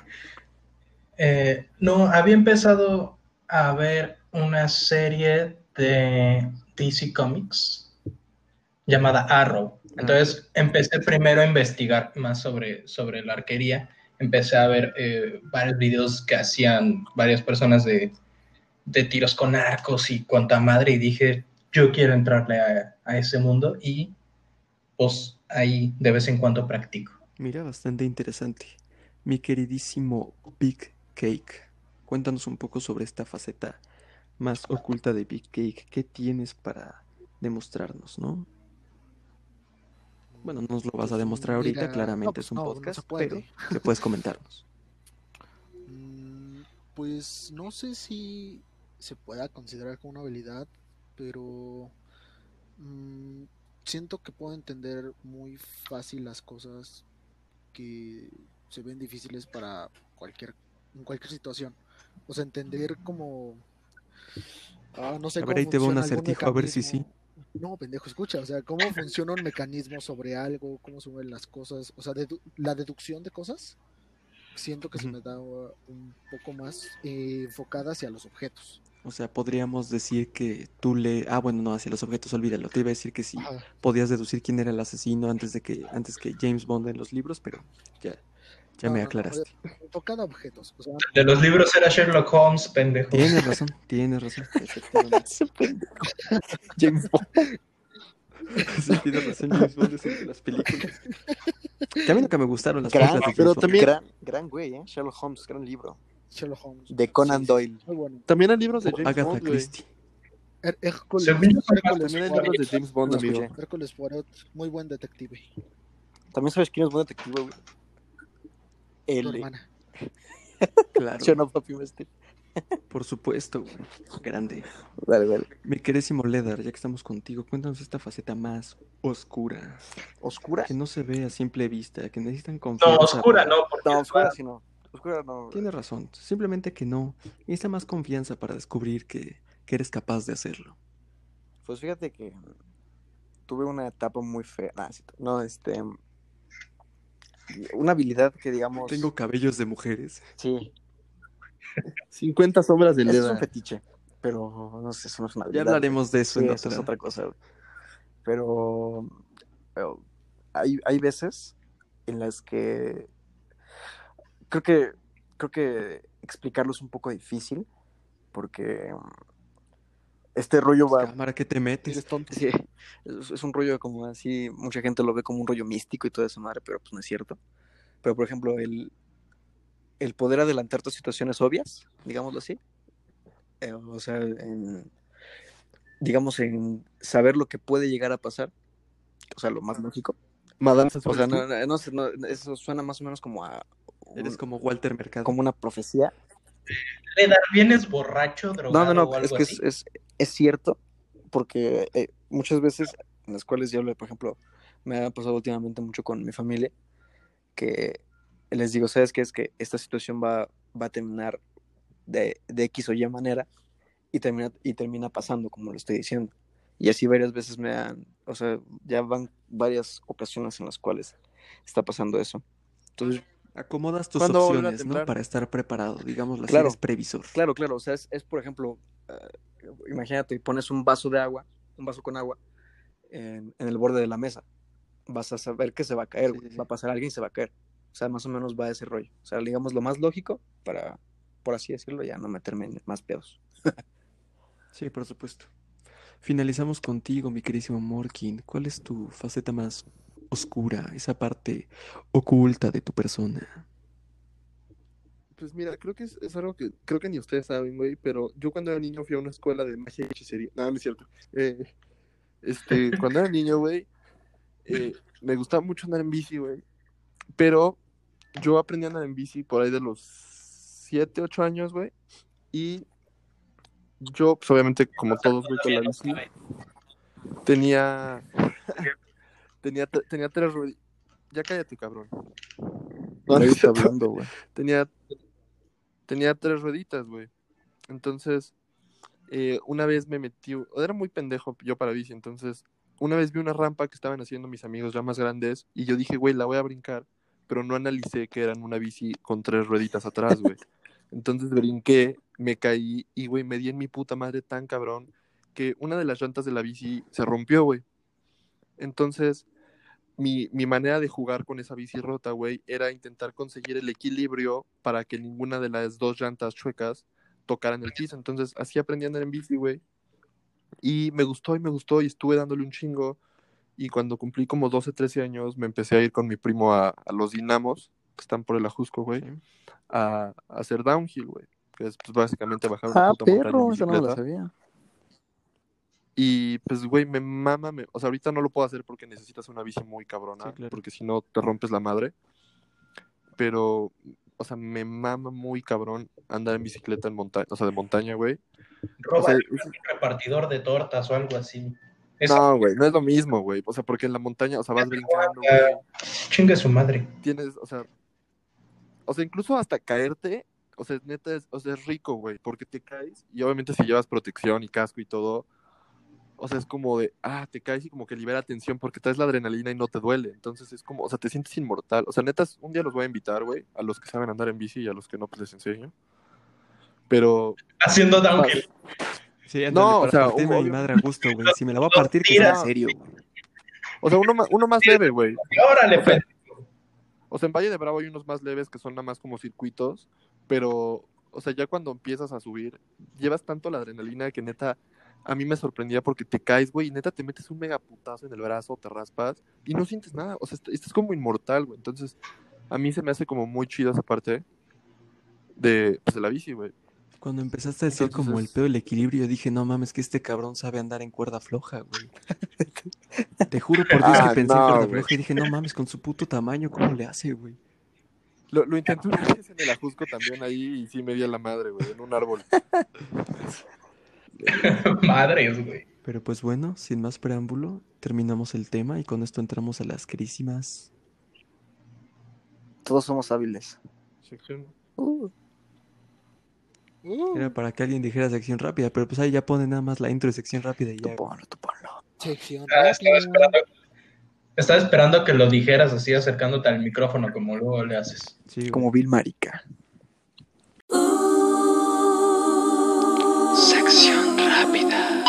Eh, no, había empezado a ver una serie de D C Comics llamada Arrow. Ah, ok. Entonces empecé primero a investigar más sobre, sobre la arquería. Empecé a ver eh, varios videos que hacían varias personas de, de tiros con arcos y cuanta madre y dije, yo quiero entrarle a, a ese mundo y pues ahí de vez en cuando practico. Mira, bastante interesante. Mi queridísimo Big Cake, cuéntanos un poco sobre esta faceta más oculta de Big Cake. ¿Qué tienes para demostrarnos, no? Bueno, no nos lo vas a Pues demostrar ahorita, mira, no, claramente es pues un no, no se podcast, pero puede. ¿qué puedes comentarnos? Mm, Pues no sé si se pueda considerar como una habilidad, pero mm, siento que puedo entender muy fácil las cosas que se ven difíciles para cualquier, en cualquier situación. O sea, entender como, ah, no sé A ver, cómo ahí te va un funciona algún acertijo, a ver si sí. mecanismo. No, pendejo, escucha, o sea, cómo funciona un mecanismo sobre algo, cómo se mueven las cosas, o sea, dedu- la deducción de cosas, siento que se Ujú. me da uh, un poco más eh, enfocada hacia los objetos. O sea, podríamos decir que tú le... Ah, bueno, no, hacia los objetos, olvídalo. Te iba a decir que sí Ajá. podías deducir quién era el asesino antes de que, antes que James Bond en los libros, pero ya, ya No, me no, no, eh, aclaraste. enfocada a objetos. O sea, De los libros era Sherlock Holmes, pendejo. Tienes razón, tienes razón, efectivamente. Ese pendejo. James Bond. Sí, tienes razón, James Bond es el de las películas. Que a mí nunca me gustaron las Gran, películas de pero James Bond. también- gran, gran güey, ¿eh? Sherlock Holmes, gran libro. Sherlock Holmes. De Conan Sí, sí, Doyle. Muy bueno. También hay libros de O James Agatha Bond, güey. Christie. Her- Hércules, Según yo, son Hércules También hay Poirot. libros de James Bond, No amigo. escuché. Hércules Poirot, muy buen detective. También sabes quién es buen detective, güey. Tu El hermana. Claro, Yo no, papi, me estoy- por supuesto, güey. Grande. Dale, dale. Mi querísimo Ledar, ya que estamos contigo, cuéntanos esta faceta más oscura, ¿Oscura? que no se ve a simple vista, que necesitan No, confianza. oscura, para- no, porque No, es oscura más- sí no. Oscura no. Tienes razón, simplemente que no. Necesita más confianza para descubrir que, que eres capaz de hacerlo. Pues fíjate que tuve una etapa muy fea. Nah, sí, no, este. Una habilidad que digamos. Tengo cabellos de mujeres. Sí, cincuenta sombras de eso es un Leda. fetiche. Pero no sé, eso no es una Ya habilidad. hablaremos de eso Sí, en eso es otra. otra cosa, güey. Pero, pero hay, hay veces en las que creo que creo que explicarlo es un poco difícil porque um, este rollo va, Cámara, ¿qué te metes? Eres tonto. sí, es, es un rollo como así, mucha gente lo ve como un rollo místico y toda esa madre, pero pues no es cierto. Pero por ejemplo, el, el poder adelantar tus situaciones obvias, digámoslo así, eh, o sea, en, digamos en saber lo que puede llegar a pasar, o sea, lo más lógico. Madame O sea, Sassou-Lupin. no, no, no sé, no, eso suena más o menos como a un- Eres como Walter Mercado. como una profecía. Ledar, ¿vienes borracho, No, drogado no, no, o algo es que así? es, es, es cierto, porque eh, muchas veces en las cuales yo hablo, por ejemplo, me ha pasado últimamente mucho con mi familia, que les digo, ¿sabes qué? Es que esta situación va, va a terminar de, de X o Y manera y termina, y termina pasando, como lo estoy diciendo. Y así varias veces me han, o sea, ya van varias ocasiones en las cuales está pasando eso. Entonces, Acomodas tus ¿Cuándo va a volver a opciones, ¿no? temblar? Para estar preparado, digámoslo así, Claro. eres previsor. claro, claro, o sea, es, es por ejemplo, eh, imagínate, pones un vaso de agua, un vaso con agua en, en el borde de la mesa. Vas a saber que se va a caer, Sí, güey. sí, sí. Va a pasar alguien y se va a caer. O sea, más o menos va ese rollo. O sea, digamos lo más lógico para, por así decirlo, ya no meterme en más pedos. Sí, por supuesto. Finalizamos contigo, mi queridísimo Morkin. ¿Cuál es tu faceta más oscura, esa parte oculta de tu persona? Pues mira, creo que es, es algo que creo que ni ustedes saben, güey, pero yo cuando era niño fui a una escuela de magia y hechicería. No, no es cierto. Eh, este, cuando era niño, güey, eh, me gustaba mucho andar en bici, güey. Pero yo aprendí a andar en bici por ahí de los siete, ocho años, güey. Y yo, pues obviamente, como todos, güey, con la bici, tenía. tenía, te- tenía tres rueditas. Ya cállate, cabrón. No, no Nadie es está cierto. hablando, güey. tenía, tenía tres rueditas, güey. Entonces, eh, una vez me metí, era muy pendejo yo para bici, entonces, una vez vi una rampa que estaban haciendo mis amigos ya más grandes y yo dije, güey, la voy a brincar, pero no analicé que eran una bici con tres rueditas atrás, güey. Entonces brinqué, me caí y, güey, me di en mi puta madre tan cabrón que una de las llantas de la bici se rompió, güey. Entonces, mi, mi manera de jugar con esa bici rota, güey, era intentar conseguir el equilibrio para que ninguna de las dos llantas chuecas tocaran el piso. Entonces, así aprendí a andar en bici, güey. Y me gustó y me gustó y estuve dándole un chingo. Y cuando cumplí como doce, trece años, me empecé a ir con mi primo a, a los dinamos, que están por el Ajusco, güey, Sí. a, a hacer downhill, güey. Que es pues, básicamente bajar una Ah, puta montaña en perro, esa no me la bicicleta. sabía. Y pues, güey, me mama, me... o sea, ahorita no lo puedo hacer porque necesitas una bici muy cabrona, Sí, claro. porque si no te rompes la madre. Pero, o sea, me mama muy cabrón andar en bicicleta en montaña, o sea, de montaña, güey. Roba O sea, un repartidor de tortas o algo así. Eso, no, güey, no es lo mismo, güey. O sea, porque en la montaña, o sea, vas brincando, güey. chingue su madre. Tienes, o sea, o sea, incluso hasta caerte, o sea, neta, es, o sea, es rico, güey, porque te caes y obviamente si llevas protección y casco y todo, o sea, es como de, ah, te caes y como que libera tensión porque traes la adrenalina y no te duele. Entonces es como, o sea, te sientes inmortal. O sea, neta, un día los voy a invitar, güey, a los que saben andar en bici y a los que no, pues les enseño. Pero, Haciendo downhill. Sí, ándale, no, o para sea, partirme obvio- mi madre a gusto, güey. Si me la voy a partir, que sea en Tira. serio, güey. o sea, uno más, uno más leve, güey. Órale, O sea, pues. O sea, en Valle de Bravo hay unos más leves que son nada más como circuitos, pero, o sea, ya cuando empiezas a subir, llevas tanto la adrenalina que neta a mí me sorprendía porque te caes, güey, y neta te metes un mega putazo en el brazo, te raspas y no sientes nada. O sea, est- estás como inmortal, güey. Entonces, a mí se me hace como muy chido esa parte de, pues, de la bici, güey. Cuando empezaste a decir Entonces como el es- pedo del equilibrio, dije, no mames, que este cabrón sabe andar en cuerda floja, güey. Te juro por Dios que Ah, pensé en cuerda no, güey. floja y dije, no mames, con su puto tamaño, ¿cómo le hace, güey? Lo, lo intenté una vez en el Ajusco también ahí y sí me di a la madre, güey, en un árbol. Madres, güey. Pero pues bueno, sin más preámbulo, terminamos el tema y con esto entramos a las carísimas. Todos somos hábiles. Sección. Uh, Uh, Era para que alguien dijera sección rápida, pero pues ahí ya pone nada más la intro de sección rápida y tú ya. ponlo, tú ponlo. sección Ah, estaba rápida. esperando, estaba esperando que lo dijeras así acercándote al micrófono como luego le haces. Sí, güey. Como Bill Marica. Sección rápida.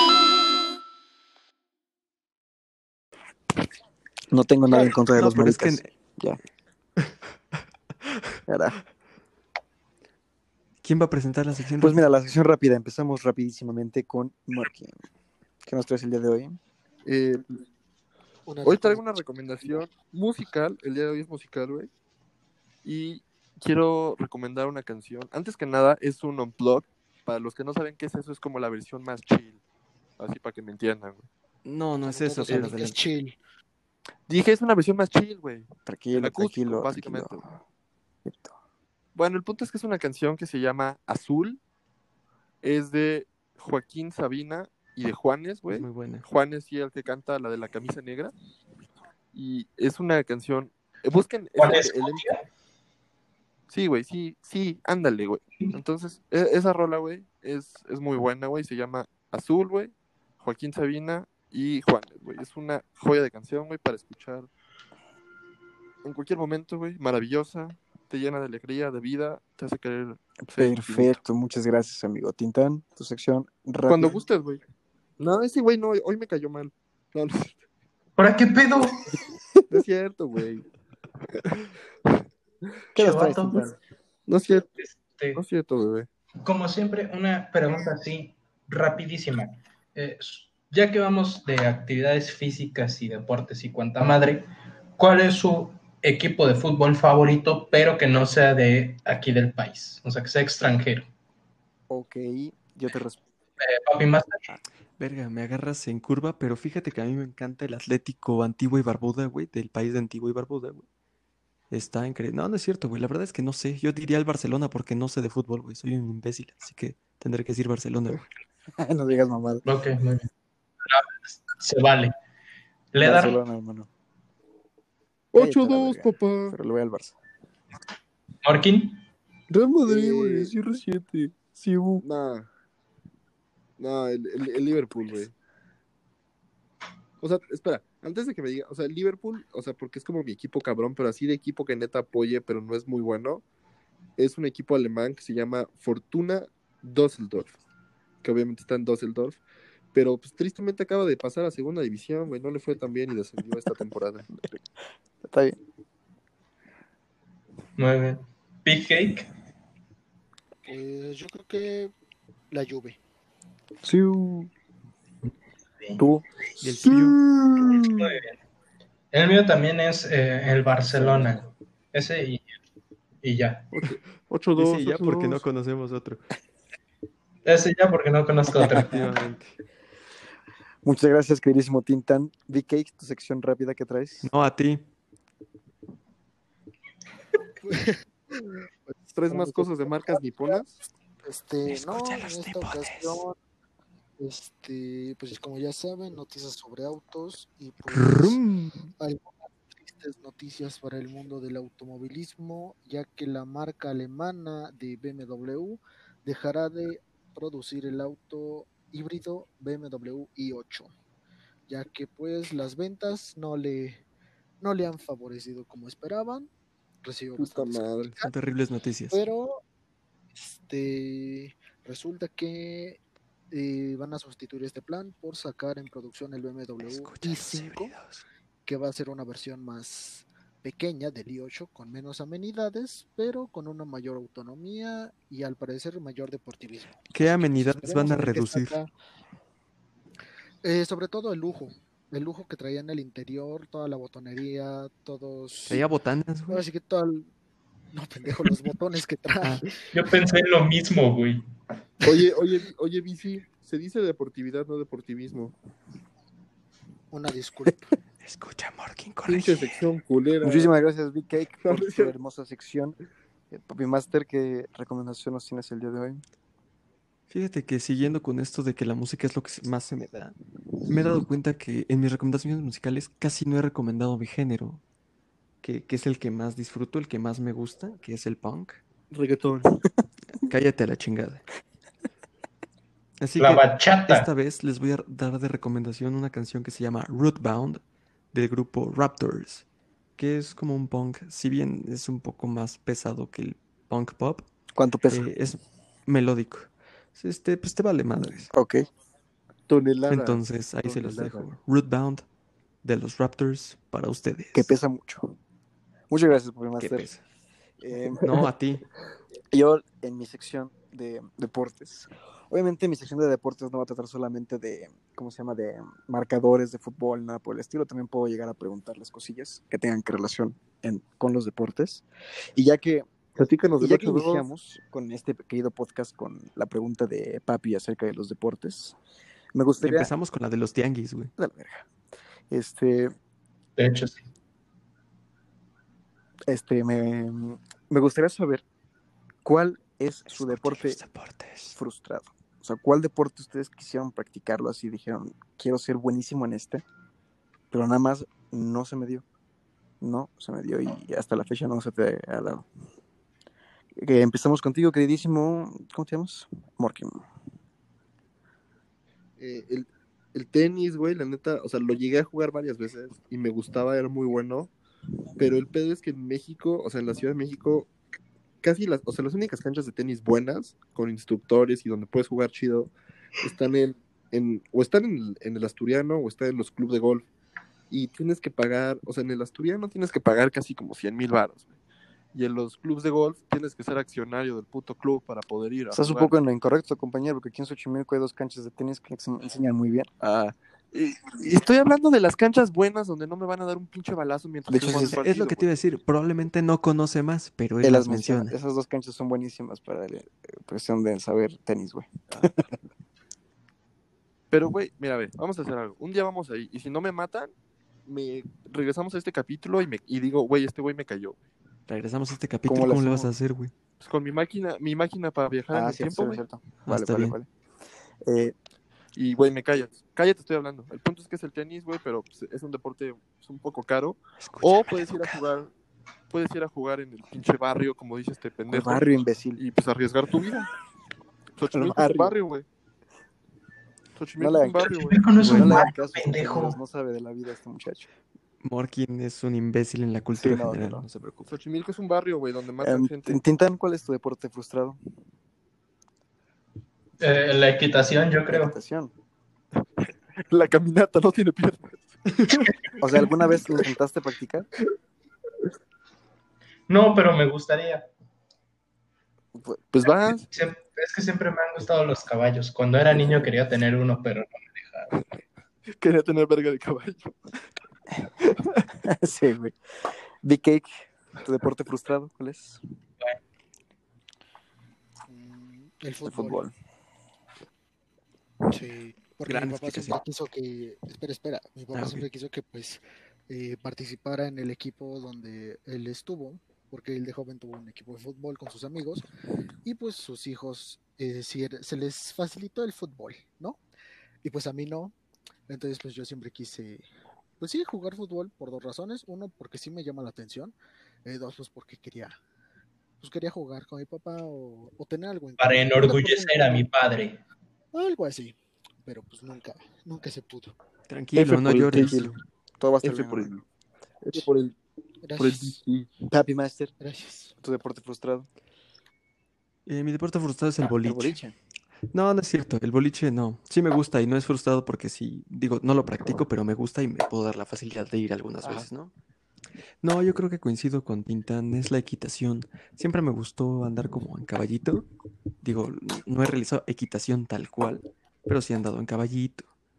No tengo nada en contra de No, los pero es maricas. que- Ya. Era. ¿Quién va a presentar la sección Pues rápida? mira, la sección rápida. Empezamos rapidísimamente con Marky. ¿Qué nos traes el día de hoy? Eh, Una hoy traigo una recomendación. recomendación musical, el día de hoy es musical, güey. Y quiero recomendar una canción. Antes que nada, es un unplug. Para los que no saben qué es eso, es como la versión más chill. Así para que me entiendan, güey. No, no es Como eso, todos pero ahorita es adelante. chill. Dije, es una versión más chill, güey. En Tranquilo, acústico, tranquilo, básicamente. tranquilo. Cierto. Bueno, el punto es que es una canción que se llama Azul. Es de Joaquín Sabina y de Juanes, Es güey. muy buena. Juanes sí, el que canta la de la camisa negra. Y es una canción. eh, Busquen. es ¿Cuál el- es? el- Sí, güey, sí, sí, ándale, güey. Entonces, e- esa rola, güey, es, es muy buena, güey. Se llama Azul, güey. Joaquín Sabina y Juanes, güey. Es una joya de canción, güey, para escuchar en cualquier momento, güey. Maravillosa. Te llena de alegría, de vida. Te hace querer ser infinito. Perfecto, muchas gracias, amigo. Tintán, tu sección rápida. Cuando gustes, güey. No, ese güey no, hoy me cayó mal. No, no, ¿Para qué pedo? no es cierto, güey. ¿Qué nos traes, Chavato. Tintán? No es cierto, Este, no es cierto, bebé. como siempre, una pregunta así, rapidísima. Eh, ya que vamos de actividades físicas y deportes y cuanta madre, ¿cuál es su equipo de fútbol favorito, pero que no sea de aquí del país? O sea, que sea extranjero. Ok, yo te respondo. Eh, Papi Master. Verga, me agarras en curva, pero fíjate que a mí me encanta el Atlético Antigua y Barbuda, güey, del país de Antigua y Barbuda, güey. Está increíble. No, no es cierto, güey. La verdad es que no sé. Yo diría el Barcelona porque no sé de fútbol, güey. Soy un imbécil, así que tendré que decir Barcelona, güey. No digas mamada. Ok, muy bien. Se vale. Le dar Barcelona, hermano. ocho Cállate a la dos, verga. papá. Pero le voy al Barça. Morkin. Real Madrid, Eh, güey. C R siete. Sí, uh. Nah. No, el, el, el Liverpool, güey. O sea, espera, antes de que me diga, o sea, el Liverpool, o sea, porque es como mi equipo cabrón, pero así de equipo que neta apoye, pero no es muy bueno, es un equipo alemán que se llama Fortuna Düsseldorf, que obviamente está en Düsseldorf, pero pues tristemente acaba de pasar a segunda división, güey, no le fue tan bien y descendió esta temporada. Está bien. Muy bien. Big Cake. Pues yo creo que la Juve. Sí. uh. Tú. ¿Y el tuyo? Muy bien. El mío también es eh, el Barcelona. Ese y, y ya. ocho dos, Dice ya porque no conocemos otro. Ese ya porque no conozco otro. Efectivamente. Muchas gracias, queridísimo Tintán. Big Cake, tu sección rápida que traes. No, a ti. ¿Traes más cosas de marcas niponas? Este, no, Escucha en los esta nipones. ocasión, este, pues como ya saben, noticias sobre autos y pues Rum. algunas tristes noticias para el mundo del automovilismo, ya que la marca alemana de B M W dejará de producir el auto híbrido B M W i ocho, ya que pues las ventas no le, no le han favorecido como esperaban, recibió Puta bastantes madre. críticas, Son terribles noticias. pero este resulta que eh, van a sustituir este plan por sacar en producción el B M W Escucha i los cinco, híbridos. que va a ser una versión más pequeña del i ocho con menos amenidades, pero con una mayor autonomía y al parecer mayor deportivismo. ¿Qué Así que, pues, amenidades esperemos van a ver qué reducir? saca. Eh, sobre todo el lujo, el lujo que traía en el interior, toda la botonería, todos, Traía botanas, ahora güey. sí que todo el... No, pendejo, los botones que trae. Ah, Yo pensé en lo mismo, güey. Oye, oye, Vi- oye, Bici, se dice deportividad, no deportivismo. Una disculpa. escucha, Morkin, Pinche corregir. sección culera. Muchísimas gracias, Big Cake, No, por no es tu cierto. hermosa sección. Eh, Papi Master, ¿qué recomendación nos tienes el día de hoy? Fíjate que siguiendo con esto de que la música es lo que se- más se me da, me he dado cuenta que en mis recomendaciones musicales casi no he recomendado mi género, que, que es el que más disfruto, el que más me gusta, que es el punk. Reggaetón. Cállate a la chingada. Así La que bachata. esta vez les voy a dar de recomendación una canción que se llama Rootbound del grupo Raptors, que es como un punk, si bien es un poco más pesado que el punk pop, ¿Cuánto pesa? eh, es melódico. Este, pues te vale madres. Ok. Toneladas. Entonces ahí se los toneladas. dejo. Rootbound de los Raptors para ustedes. Que pesa mucho. Muchas gracias, Papi ¿Qué Master. pesa? Eh, No, a ti. yo, en mi sección de deportes, obviamente mi sección de deportes no va a tratar solamente de, ¿cómo se llama?, de marcadores de fútbol, nada por el estilo. También puedo llegar a preguntarles cosillas que tengan que relación en, con los deportes. Y ya que, Platícanos y del ya que ocho dos. iniciamos con este querido podcast con la pregunta de Papi acerca de los deportes, me gustaría... Empezamos con la de los tianguis, güey. De la verga. Este, De hecho, sí. este, me, me gustaría saber cuál es su Escuchen deporte los deportes. frustrado. O sea, ¿cuál deporte ustedes quisieron practicarlo así? Dijeron, quiero ser buenísimo en este, pero nada más no se me dio. No se me dio y hasta la fecha no se te ha dado. Que empezamos contigo, queridísimo. ¿Cómo te llamas? Morkin. Eh, el, el tenis, güey, la neta, o sea, lo llegué a jugar varias veces y me gustaba, era muy bueno. Pero el pedo es que en México, o sea, en la Ciudad de México, casi las, o sea, las únicas canchas de tenis buenas, con instructores y donde puedes jugar chido, están en, en o están en el, en el Asturiano o están en los clubes de golf. Y tienes que pagar, o sea, en el Asturiano tienes que pagar casi como cien mil baros, güey. Y en los clubes de golf tienes que ser accionario del puto club para poder ir a Estás un jugar. poco en lo incorrecto, compañero, porque aquí en Xochimilco hay dos canchas de tenis que se enseñan muy bien. Ah, y, y estoy hablando de las canchas buenas donde no me van a dar un pinche balazo mientras De estoy hecho, jugando sí, el Es lo partido, que te iba a güey. decir. Probablemente no conoce más, pero él Él las las menciona. menciona. Esas dos canchas son buenísimas para la cuestión de saber tenis, güey. Pero, güey, mira, a ver, vamos a hacer algo. Un día vamos ahí, y si no me matan, me regresamos a este capítulo y, me, y digo, güey, este güey me cayó. Regresamos a este ¿Cómo capítulo. le ¿Cómo le vas a hacemos? hacer, güey? Pues con mi máquina, mi máquina para viajar en Ah, el cierto, tiempo, cierto, güey. cierto. Ah, Vale, está vale, bien. vale. Eh, Y, güey, me callas. Cállate, estoy hablando. El punto es que es el tenis, güey, pero pues, es un deporte pues, un poco caro. Escúchame, O puedes ir a jugar, puedes ir a jugar en el pinche barrio, como dice este el pendejo, barrio imbécil. y pues arriesgar tu vida. Xochimilco es un barrio. barrio, güey. No Xochimilco le es un barrio, güey. Xochimilco no es Güey, No un le hagan barrio, caso, pendejo. compañeros, no sabe de la vida este muchacho. Morkin es un imbécil en la cultura Sí, no, no, general, no. no se preocupe. Xochimilco es un barrio, güey, donde matan Em, gente. Tintán, ¿cuál es tu deporte frustrado? Eh, la equitación, yo La creo. equitación. La caminata no tiene piernas. O sea, ¿alguna vez lo intentaste practicar? No, pero me gustaría. Pues vas. Siem- Es que siempre me han gustado los caballos. Cuando era niño quería tener uno, pero no me dejaron. Quería tener verga de caballo. Sí, güey. Big Cake, ¿tu deporte frustrado cuál es? Mm, El El fútbol. fútbol. Sí, porque Gran mi papá explicación. siempre quiso que, espera, espera, mi papá Ah, ok. siempre quiso que pues eh, participara en el equipo donde él estuvo, porque él de joven tuvo un equipo de fútbol con sus amigos y pues sus hijos eh, sí era- se les facilitó el fútbol, ¿no? Y pues a mí no, entonces pues yo siempre quise, pues sí, jugar fútbol por dos razones, uno porque sí me llama la atención, eh, dos pues porque quería, pues quería jugar con mi papá o, o tener algo en Para común, un deporte en enorgullecer a mi común. padre. Algo así, pero pues nunca, nunca se pudo. Tranquilo, F no por el llores. Tranquilo. Todo va a estar F bien. por hermano. el. F por el. Por el Gracias, B C. Papi Master, gracias. tu deporte frustrado. Eh, mi deporte frustrado es el El boliche. boliche. No, no es cierto. El boliche no. Sí me gusta y no es frustrado porque sí, digo, no lo practico, pero me gusta y me puedo dar la facilidad de ir algunas Ajá. veces, ¿no? No, yo creo que coincido con Tintán, es la equitación. Siempre me gustó andar como en caballito. Digo, no he realizado equitación tal cual, pero sí he andado en caballito.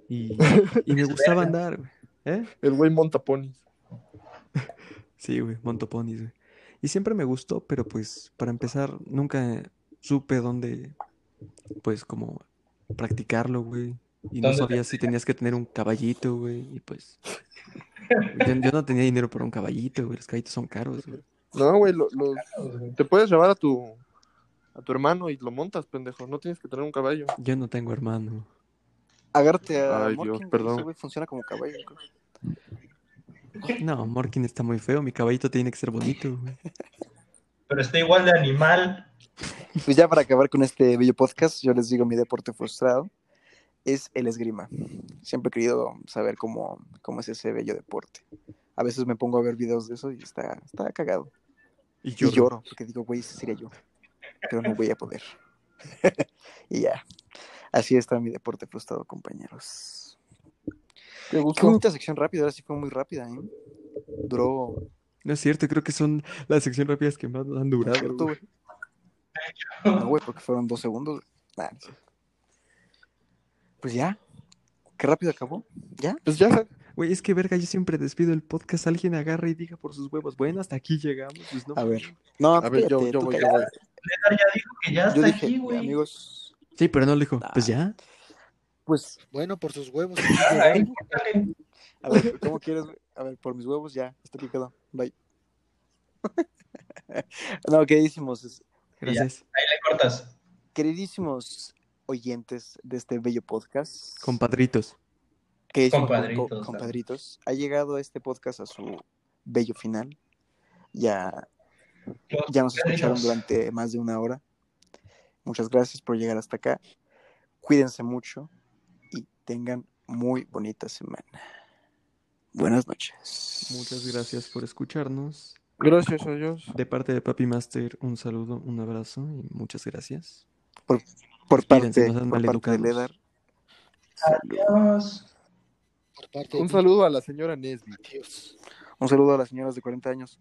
Y, y me gustaba andar, güey. ¿Eh? El güey monta ponis. Sí, güey, montoponis, güey. Y siempre me gustó, pero pues para empezar nunca supe dónde, pues como practicarlo, güey. Y no ¿Dónde te sabía si tenías que tener un caballito, güey. Y pues yo, yo no tenía dinero para un caballito, güey. Los caballitos son caros, güey. No, güey, lo- los... enseñas, güey? te puedes llevar a tu a tu hermano y lo montas, pendejo. No tienes que tener un caballo. Yo no tengo hermano. Agárrate a Ay, Dios, Morkin, güey. Ese perdón. güey funciona como caballo, creo. No, Morkin está muy feo. Mi caballito tiene que ser bonito, güey. Pero está igual de animal. Pues ya para acabar con este bello podcast, yo les digo mi deporte frustrado es el esgrima. Siempre he querido saber cómo, cómo es ese bello deporte. A veces me pongo a ver videos de eso y está, está cagado. Y Y lloro. lloro, porque digo, güey, ese sería yo. Pero no voy a poder. Y ya. Así está mi deporte frustrado, compañeros. Qué Qué gusto. bonita sección rápida, ahora sí fue muy rápida, ¿eh? Duró No es cierto, creo que son las secciones rápidas que más han durado, cierto, güey. güey. No, güey, porque fueron dos segundos. Nah, no sé. Pues ya. Qué rápido acabó. ¿Ya? Pues ya, Güey, es que verga, yo siempre despido el podcast, alguien agarra y diga por sus huevos, bueno, hasta aquí llegamos, pues no. A ver. No, a ver, yo, cállate, yo tú voy, yo cállate. voy. César ya dijo que ya Yo está dije, aquí, güey. amigos, Sí, pero no le dijo, Nah. pues ya. pues, Bueno, por sus huevos. Ay, córtale. a ver, ¿cómo quieres, güey? A ver, por mis huevos, ya, esto aquí quedó. Bye. No, queridísimos, es- Gracias. Ahí le cortas. queridísimos oyentes de este bello podcast, Compadritos. queridísimos Compadritos, co- compadritos, ha llegado este podcast a su bello final. Ya, Los ya nos escucharon compadritos. durante más de una hora. Muchas gracias por llegar hasta acá. Cuídense mucho y tengan muy bonita semana. Buenas noches. Muchas gracias por escucharnos. Gracias a Dios. De parte de Papi Master, un saludo, un abrazo y muchas gracias. Por, por Despídense, parte, no sean por parte de maleducados. Ledar. Salud. Adiós. Por parte de Un mí. saludo a la señora Nesby. Adiós. Un saludo a las señoras de cuarenta años.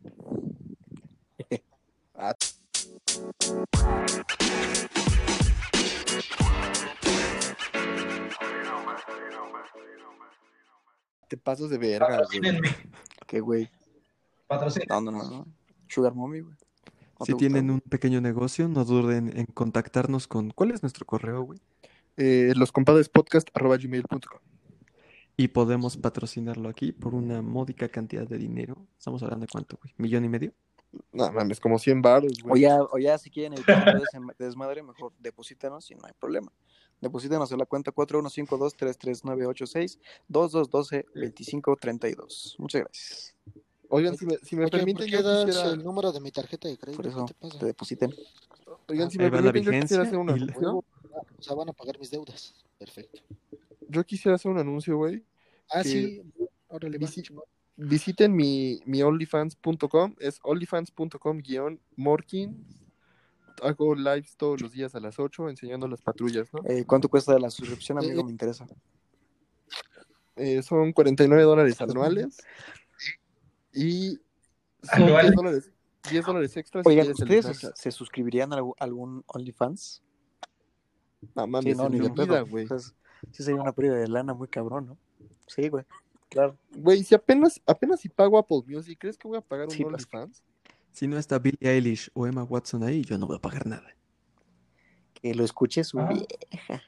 Te pasas de verga, güey. Patrocínenme. Qué güey. Patrocínenme. No, no, no, no. Sugar Mommy, güey. ¿No Si te tienen gusta? un pequeño negocio, no duden en contactarnos con... ¿Cuál es nuestro correo, güey? Eh, los compadres podcast arroba gmail punto com. Y podemos patrocinarlo aquí por una módica cantidad de dinero. Estamos hablando de cuánto, güey. ¿Millón y medio? No mames, como cien baros, O güey. ya, o ya si quieren evitar todo ese desmadre, mejor deposítanos y no hay problema. Deposítanos a la cuenta cuatro uno cinco dos tres tres nueve ocho seis dos dos uno dos dos cinco tres dos. Muchas gracias. Oigan, si me, si me Oye, ¿por permiten, qué yo das quisiera... el número de mi tarjeta de crédito? Por eso ¿Qué te pasa? te depositen. Oigan, si Ahí me va la permiten, yo vigencia quisiera hacer un y- anuncio. O sea, van a pagar mis deudas. Perfecto. Yo quisiera hacer un anuncio, güey. Ah, Que sí. Órale, va. visi- Visiten mi, mi onlyfans punto com. Es onlyfans punto com guión Morkin. Hago lives todos los días a las ocho enseñando las patrullas, ¿no? Eh, ¿Cuánto cuesta la suscripción, amigo? Eh, Me interesa. Eh, son cuarenta y nueve dólares anuales. Y son ¿Anuales? diez dólares, diez dólares extras si Oigan, quieres el ¿ustedes Snapchat. se, se suscribirían a algún- algún OnlyFans? No mames, Sí, no, en ni mi de vida, pedo. güey. Pues, sí sería una pérdida de lana muy cabrón, ¿no? Sí, güey. Claro. Güey, si apenas, apenas si pago Apple Music, ¿crees que voy a pagar un Sí, pues. OnlyFans? Si no está Billie Eilish o Emma Watson ahí, yo no voy a pagar nada. Que lo escuche su Ah. vieja.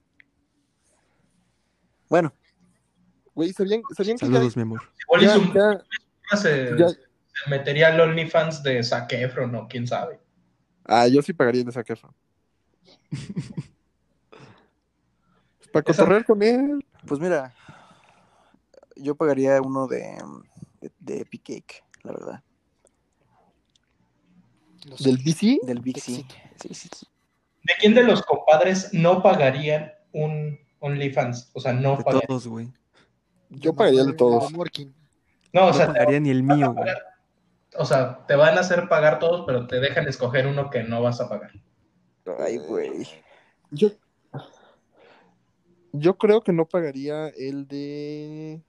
Bueno, Güey, ¿sabían, ¿sabían que Saludos, mi amor. Igual y ya, su ya, se, ya- se metería al OnlyFans de Zac Efron, ¿no? ¿Quién sabe? Ah, yo sí pagaría de Zac Efron. Pues para Esa- cotorrear con él. pues mira, yo pagaría uno de, de, de Epic Cake, la verdad. No sé. ¿Del D C? Del Big C. Éxito. Sí, sí, sí. ¿De quién de los compadres no pagarían un OnlyFans? O sea, no De pagarían. todos, güey. Yo pagaría de todos. Morkin. No, o No sea, te, pagaría ni el mío, güey. o sea, te van a hacer pagar todos, pero te dejan escoger uno que no vas a pagar. Ay, güey. Yo, yo creo que no pagaría el de...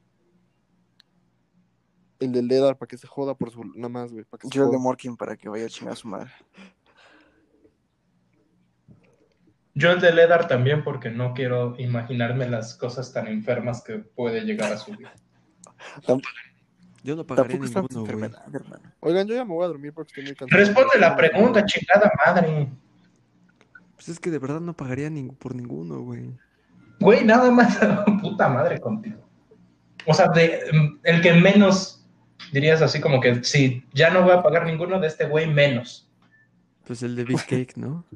El de Ledar para que se joda por su... Nada más, güey. Para que se Yo el de joda. Morkin para que vaya a chingar a su madre. Yo el de Ledar también, porque no quiero imaginarme las cosas tan enfermas que puede llegar a subir. Yo no pagaría Tampoco es tanta ninguno, güey. enfermedad, hermano. Oigan, yo ya me voy a dormir porque estoy muy cansado. Responde la pregunta, chingada madre. Pues es que de verdad no pagaría ningún, por ninguno, güey. Güey, nada más, puta madre contigo. O sea, de, el que menos dirías así como que, sí, ya no voy a pagar ninguno de este güey menos. Pues el de Big Cake, ¿no?